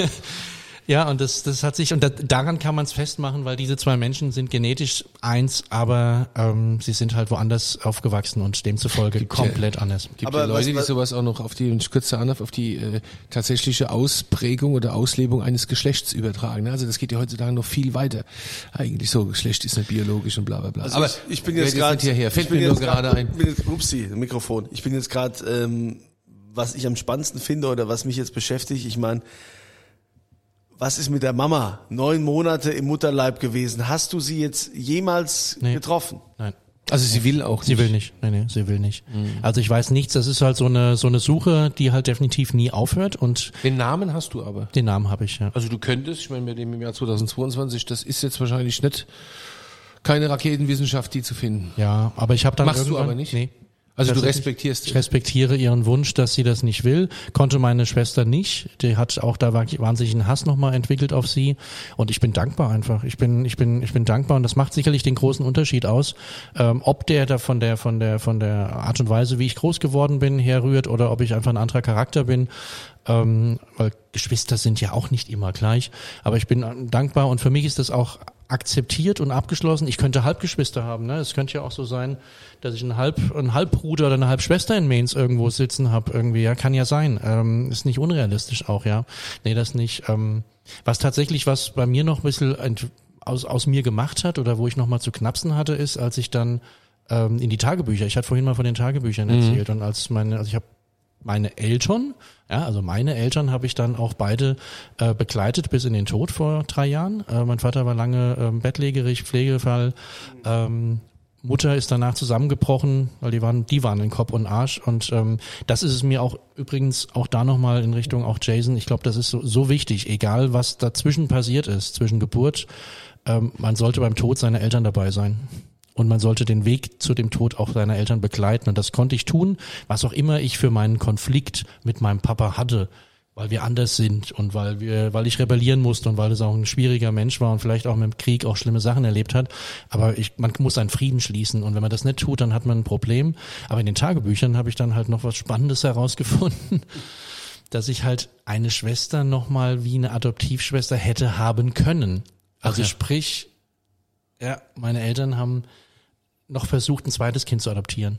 ja, und das, das hat sich, und da, daran kann man es festmachen, weil diese zwei Menschen sind genetisch eins, aber ähm, sie sind halt woanders aufgewachsen und demzufolge ja- komplett anders. Gibt Aber ja Leute, was- die was- sowas auch noch auf die, ich kürze an, auf die äh, tatsächliche Ausprägung oder Auslebung eines Geschlechts übertragen. ne? Also das geht ja heutzutage noch viel weiter. Eigentlich so, Geschlecht ist nicht biologisch und bla bla bla. Also Aber ich, ich bin wer jetzt geht gerade nicht hierher, fällt ich bin mir nur jetzt gerade grad- ein. Ich bin jetzt, upsie, Mikrofon. Ich bin jetzt gerade, ähm, was ich am spannendsten finde oder was mich jetzt beschäftigt, ich meine, was ist mit der Mama? Neun Monate im Mutterleib gewesen. Hast du sie jetzt jemals Nee. getroffen? Nein. Also sie will auch Sie nicht. will nicht. Nee, nee, sie will nicht. Also ich weiß nichts, das ist halt so eine so eine Suche, die halt definitiv nie aufhört und Den Namen hast du aber. den Namen habe ich, ja. Also du könntest, ich meine, mit dem im Jahr zweitausendzweiundzwanzig, das ist jetzt wahrscheinlich nicht keine Raketenwissenschaft, die zu finden. Ja, aber ich habe dann Machst du irgendwann, aber nicht? Nee. Also du Tatsächlich, respektierst Ich respektiere ihren Wunsch, dass sie das nicht will. Konnte meine Schwester nicht. Die hat auch da wahnsinnigen Hass nochmal entwickelt auf sie. Und ich bin dankbar einfach. Ich bin, ich bin, ich bin dankbar und das macht sicherlich den großen Unterschied aus, ähm, ob der da von der, von der, von der Art und Weise, wie ich groß geworden bin, herrührt oder ob ich einfach ein anderer Charakter bin. Ähm, weil Geschwister sind ja auch nicht immer gleich. Aber ich bin dankbar und für mich ist das auch akzeptiert und abgeschlossen. Ich könnte Halbgeschwister haben, ne? Es könnte ja auch so sein, dass ich einen Halb, einen Halbbruder oder eine Halbschwester in Mainz irgendwo sitzen habe, irgendwie, ja, kann ja sein. Ähm, ist nicht unrealistisch auch, ja. Nee, das nicht. Ähm, was tatsächlich, was bei mir noch ein bisschen ent- aus, aus mir gemacht hat oder wo ich noch mal zu knapsen hatte, ist, als ich dann ähm, in die Tagebücher, ich hatte vorhin mal von den Tagebüchern Mhm. erzählt und als meine, also ich habe meine Eltern, ja, also meine Eltern habe ich dann auch beide äh, begleitet bis in den Tod vor drei Jahren. Äh, mein Vater war lange ähm, bettlägerig, Pflegefall. Ähm, Mutter ist danach zusammengebrochen, weil die waren, die waren in Kopf und Arsch. Und ähm, das ist es mir auch übrigens auch da nochmal in Richtung auch Jason. Ich glaube, das ist so, so wichtig, egal was dazwischen passiert ist, zwischen Geburt. Ähm, man sollte beim Tod seiner Eltern dabei sein. Und man sollte den Weg zu dem Tod auch seiner Eltern begleiten. Und das konnte ich tun, was auch immer ich für meinen Konflikt mit meinem Papa hatte, weil wir anders sind und weil wir, weil ich rebellieren musste und weil es auch ein schwieriger Mensch war und vielleicht auch mit dem Krieg auch schlimme Sachen erlebt hat. Aber ich, man muss einen Frieden schließen und wenn man das nicht tut, dann hat man ein Problem. Aber in den Tagebüchern habe ich dann halt noch was Spannendes herausgefunden, dass ich halt eine Schwester nochmal wie eine Adoptivschwester hätte haben können. Also Ach ja. sprich, ja, meine Eltern haben noch versucht, ein zweites Kind zu adoptieren.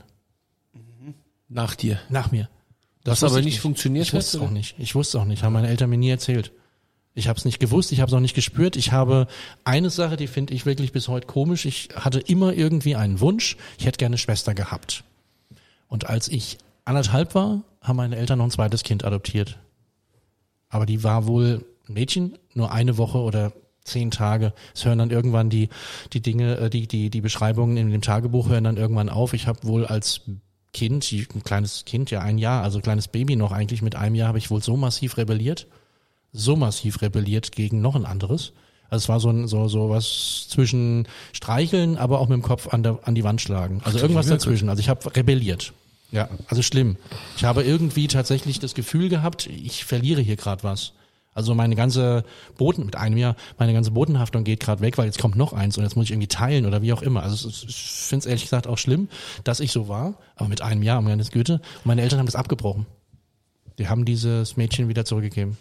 nach dir. Nach mir. Das wusste aber ich nicht funktioniert Ich wusste es hat, auch oder? nicht. Ich wusste es auch nicht. Haben meine Eltern mir nie erzählt. Ich habe es nicht gewusst, ich habe es auch nicht gespürt. Ich habe eine Sache, die finde ich wirklich bis heute komisch. Ich hatte immer irgendwie einen Wunsch. Ich hätte gerne eine Schwester gehabt. Und als ich anderthalb war, haben meine Eltern noch ein zweites Kind adoptiert. Aber die war wohl ein Mädchen, nur eine Woche oder zehn Tage. Es hören dann irgendwann die die Dinge, äh, die die die Beschreibungen in dem Tagebuch hören dann irgendwann auf. Ich habe wohl als Kind, ein kleines Kind, ja ein Jahr, also kleines Baby noch eigentlich, mit einem Jahr habe ich wohl so massiv rebelliert, so massiv rebelliert gegen noch ein anderes. Also es war so ein, so so was zwischen Streicheln, aber auch mit dem Kopf an der an die Wand schlagen. Also irgendwas dazwischen. Also ich habe rebelliert. Ja, also schlimm. Ich habe irgendwie tatsächlich das Gefühl gehabt, ich verliere hier gerade was. Also meine ganze Boden, mit einem Jahr, meine ganze Bodenhaftung geht gerade weg, weil jetzt kommt noch eins und jetzt muss ich irgendwie teilen oder wie auch immer. Also es ist, ich finde es ehrlich gesagt auch schlimm, dass ich so war, aber mit einem Jahr, um meine Güte. Und meine Eltern haben das abgebrochen. Die haben dieses Mädchen wieder zurückgegeben.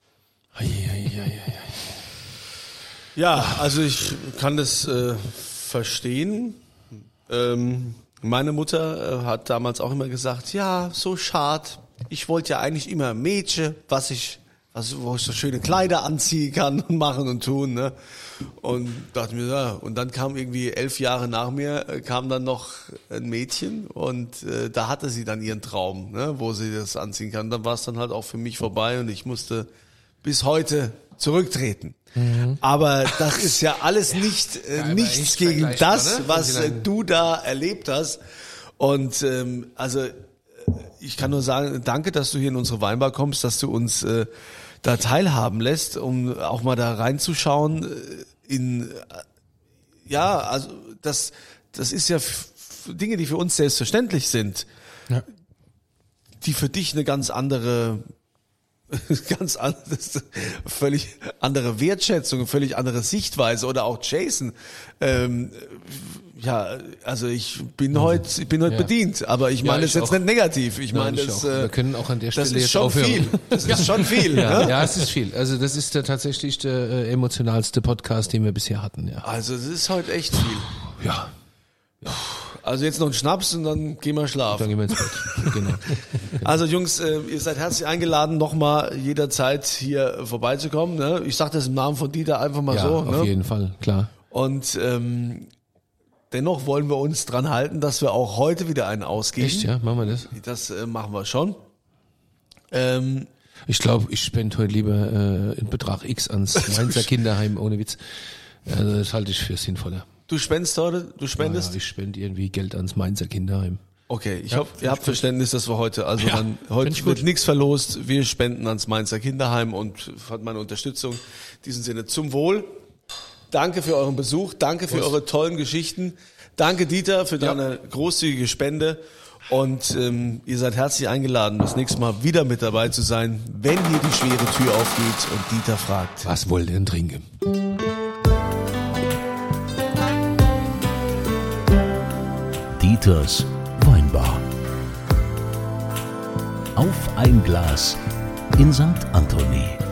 Ja, also ich kann das äh, verstehen. Ähm, meine Mutter äh, hat damals auch immer gesagt, ja, so schade. Ich wollte ja eigentlich immer ein Mädchen, was ich, was, wo ich so schöne Kleider anziehen kann und machen und tun, ne? Und dachte mir, ja, und dann kam irgendwie elf Jahre nach mir, äh, kam dann noch ein Mädchen und äh, da hatte sie dann ihren Traum, ne, wo sie das anziehen kann. Dann war es dann halt auch für mich vorbei und ich musste bis heute zurücktreten. Mhm. Aber das ist ja alles nicht äh, Ja, nichts echt gegen vergleichbar, das, ne? was äh, du da erlebt hast. Und ähm, also äh, ich kann nur sagen, danke, dass du hier in unsere Weinbar kommst, dass du uns äh, da teilhaben lässt, um auch mal da reinzuschauen äh, in äh, ja, also das das ist ja f- Dinge, die für uns selbstverständlich sind, Ja. die für dich eine ganz andere ganz anderes, völlig andere Wertschätzung, völlig andere Sichtweise oder auch Jason. Ähm, ja, also ich bin heute, ich bin heute Ja. bedient, aber ich meine ich das jetzt auch. nicht negativ. Ich Nein, meine ich das, auch. äh, Wir können auch an der das Stelle ist jetzt schon aufhören. viel. Das ist schon viel. Ja, ne? ja, es ist viel. Also das ist der tatsächlich der äh, emotionalste Podcast, den wir bisher hatten. Ja. Also es ist heute echt viel. Ja. Also jetzt noch ein Schnaps und dann gehen wir Dann schlafen. gehen wir ins Bett. Genau. Also Jungs, äh, ihr seid herzlich eingeladen, nochmal jederzeit hier vorbeizukommen. Ne? Ich sage das im Namen von Dieter einfach mal Ja, so. auf Ne? jeden Fall, klar. Und ähm, dennoch wollen wir uns dran halten, dass wir auch heute wieder einen ausgeben. Echt, ja? Machen wir das? Das äh, machen wir schon. Ähm, Ich glaube, ich spende heute lieber äh, einen Betrag X ans Mainzer Kinderheim, ohne Witz. Also das halte ich für sinnvoller. du spendest heute? Du spendest? Ja, ich spende irgendwie Geld ans Mainzer Kinderheim. Okay, ich hoffe, ihr habt Verständnis, dass wir heute, also dann, heute wird nichts verlost. Wir spenden ans Mainzer Kinderheim und hat meine Unterstützung. In diesem Sinne zum Wohl. Danke für euren Besuch, danke für eure tollen Geschichten. Danke Dieter für deine ja. großzügige Spende. Und ähm, ihr seid herzlich eingeladen, das nächste Mal wieder mit dabei zu sein, wenn hier die schwere Tür aufgeht und Dieter fragt: Was wollt ihr denn trinken? Dieters Weinbar. Auf ein Glas in Sankt Anthony.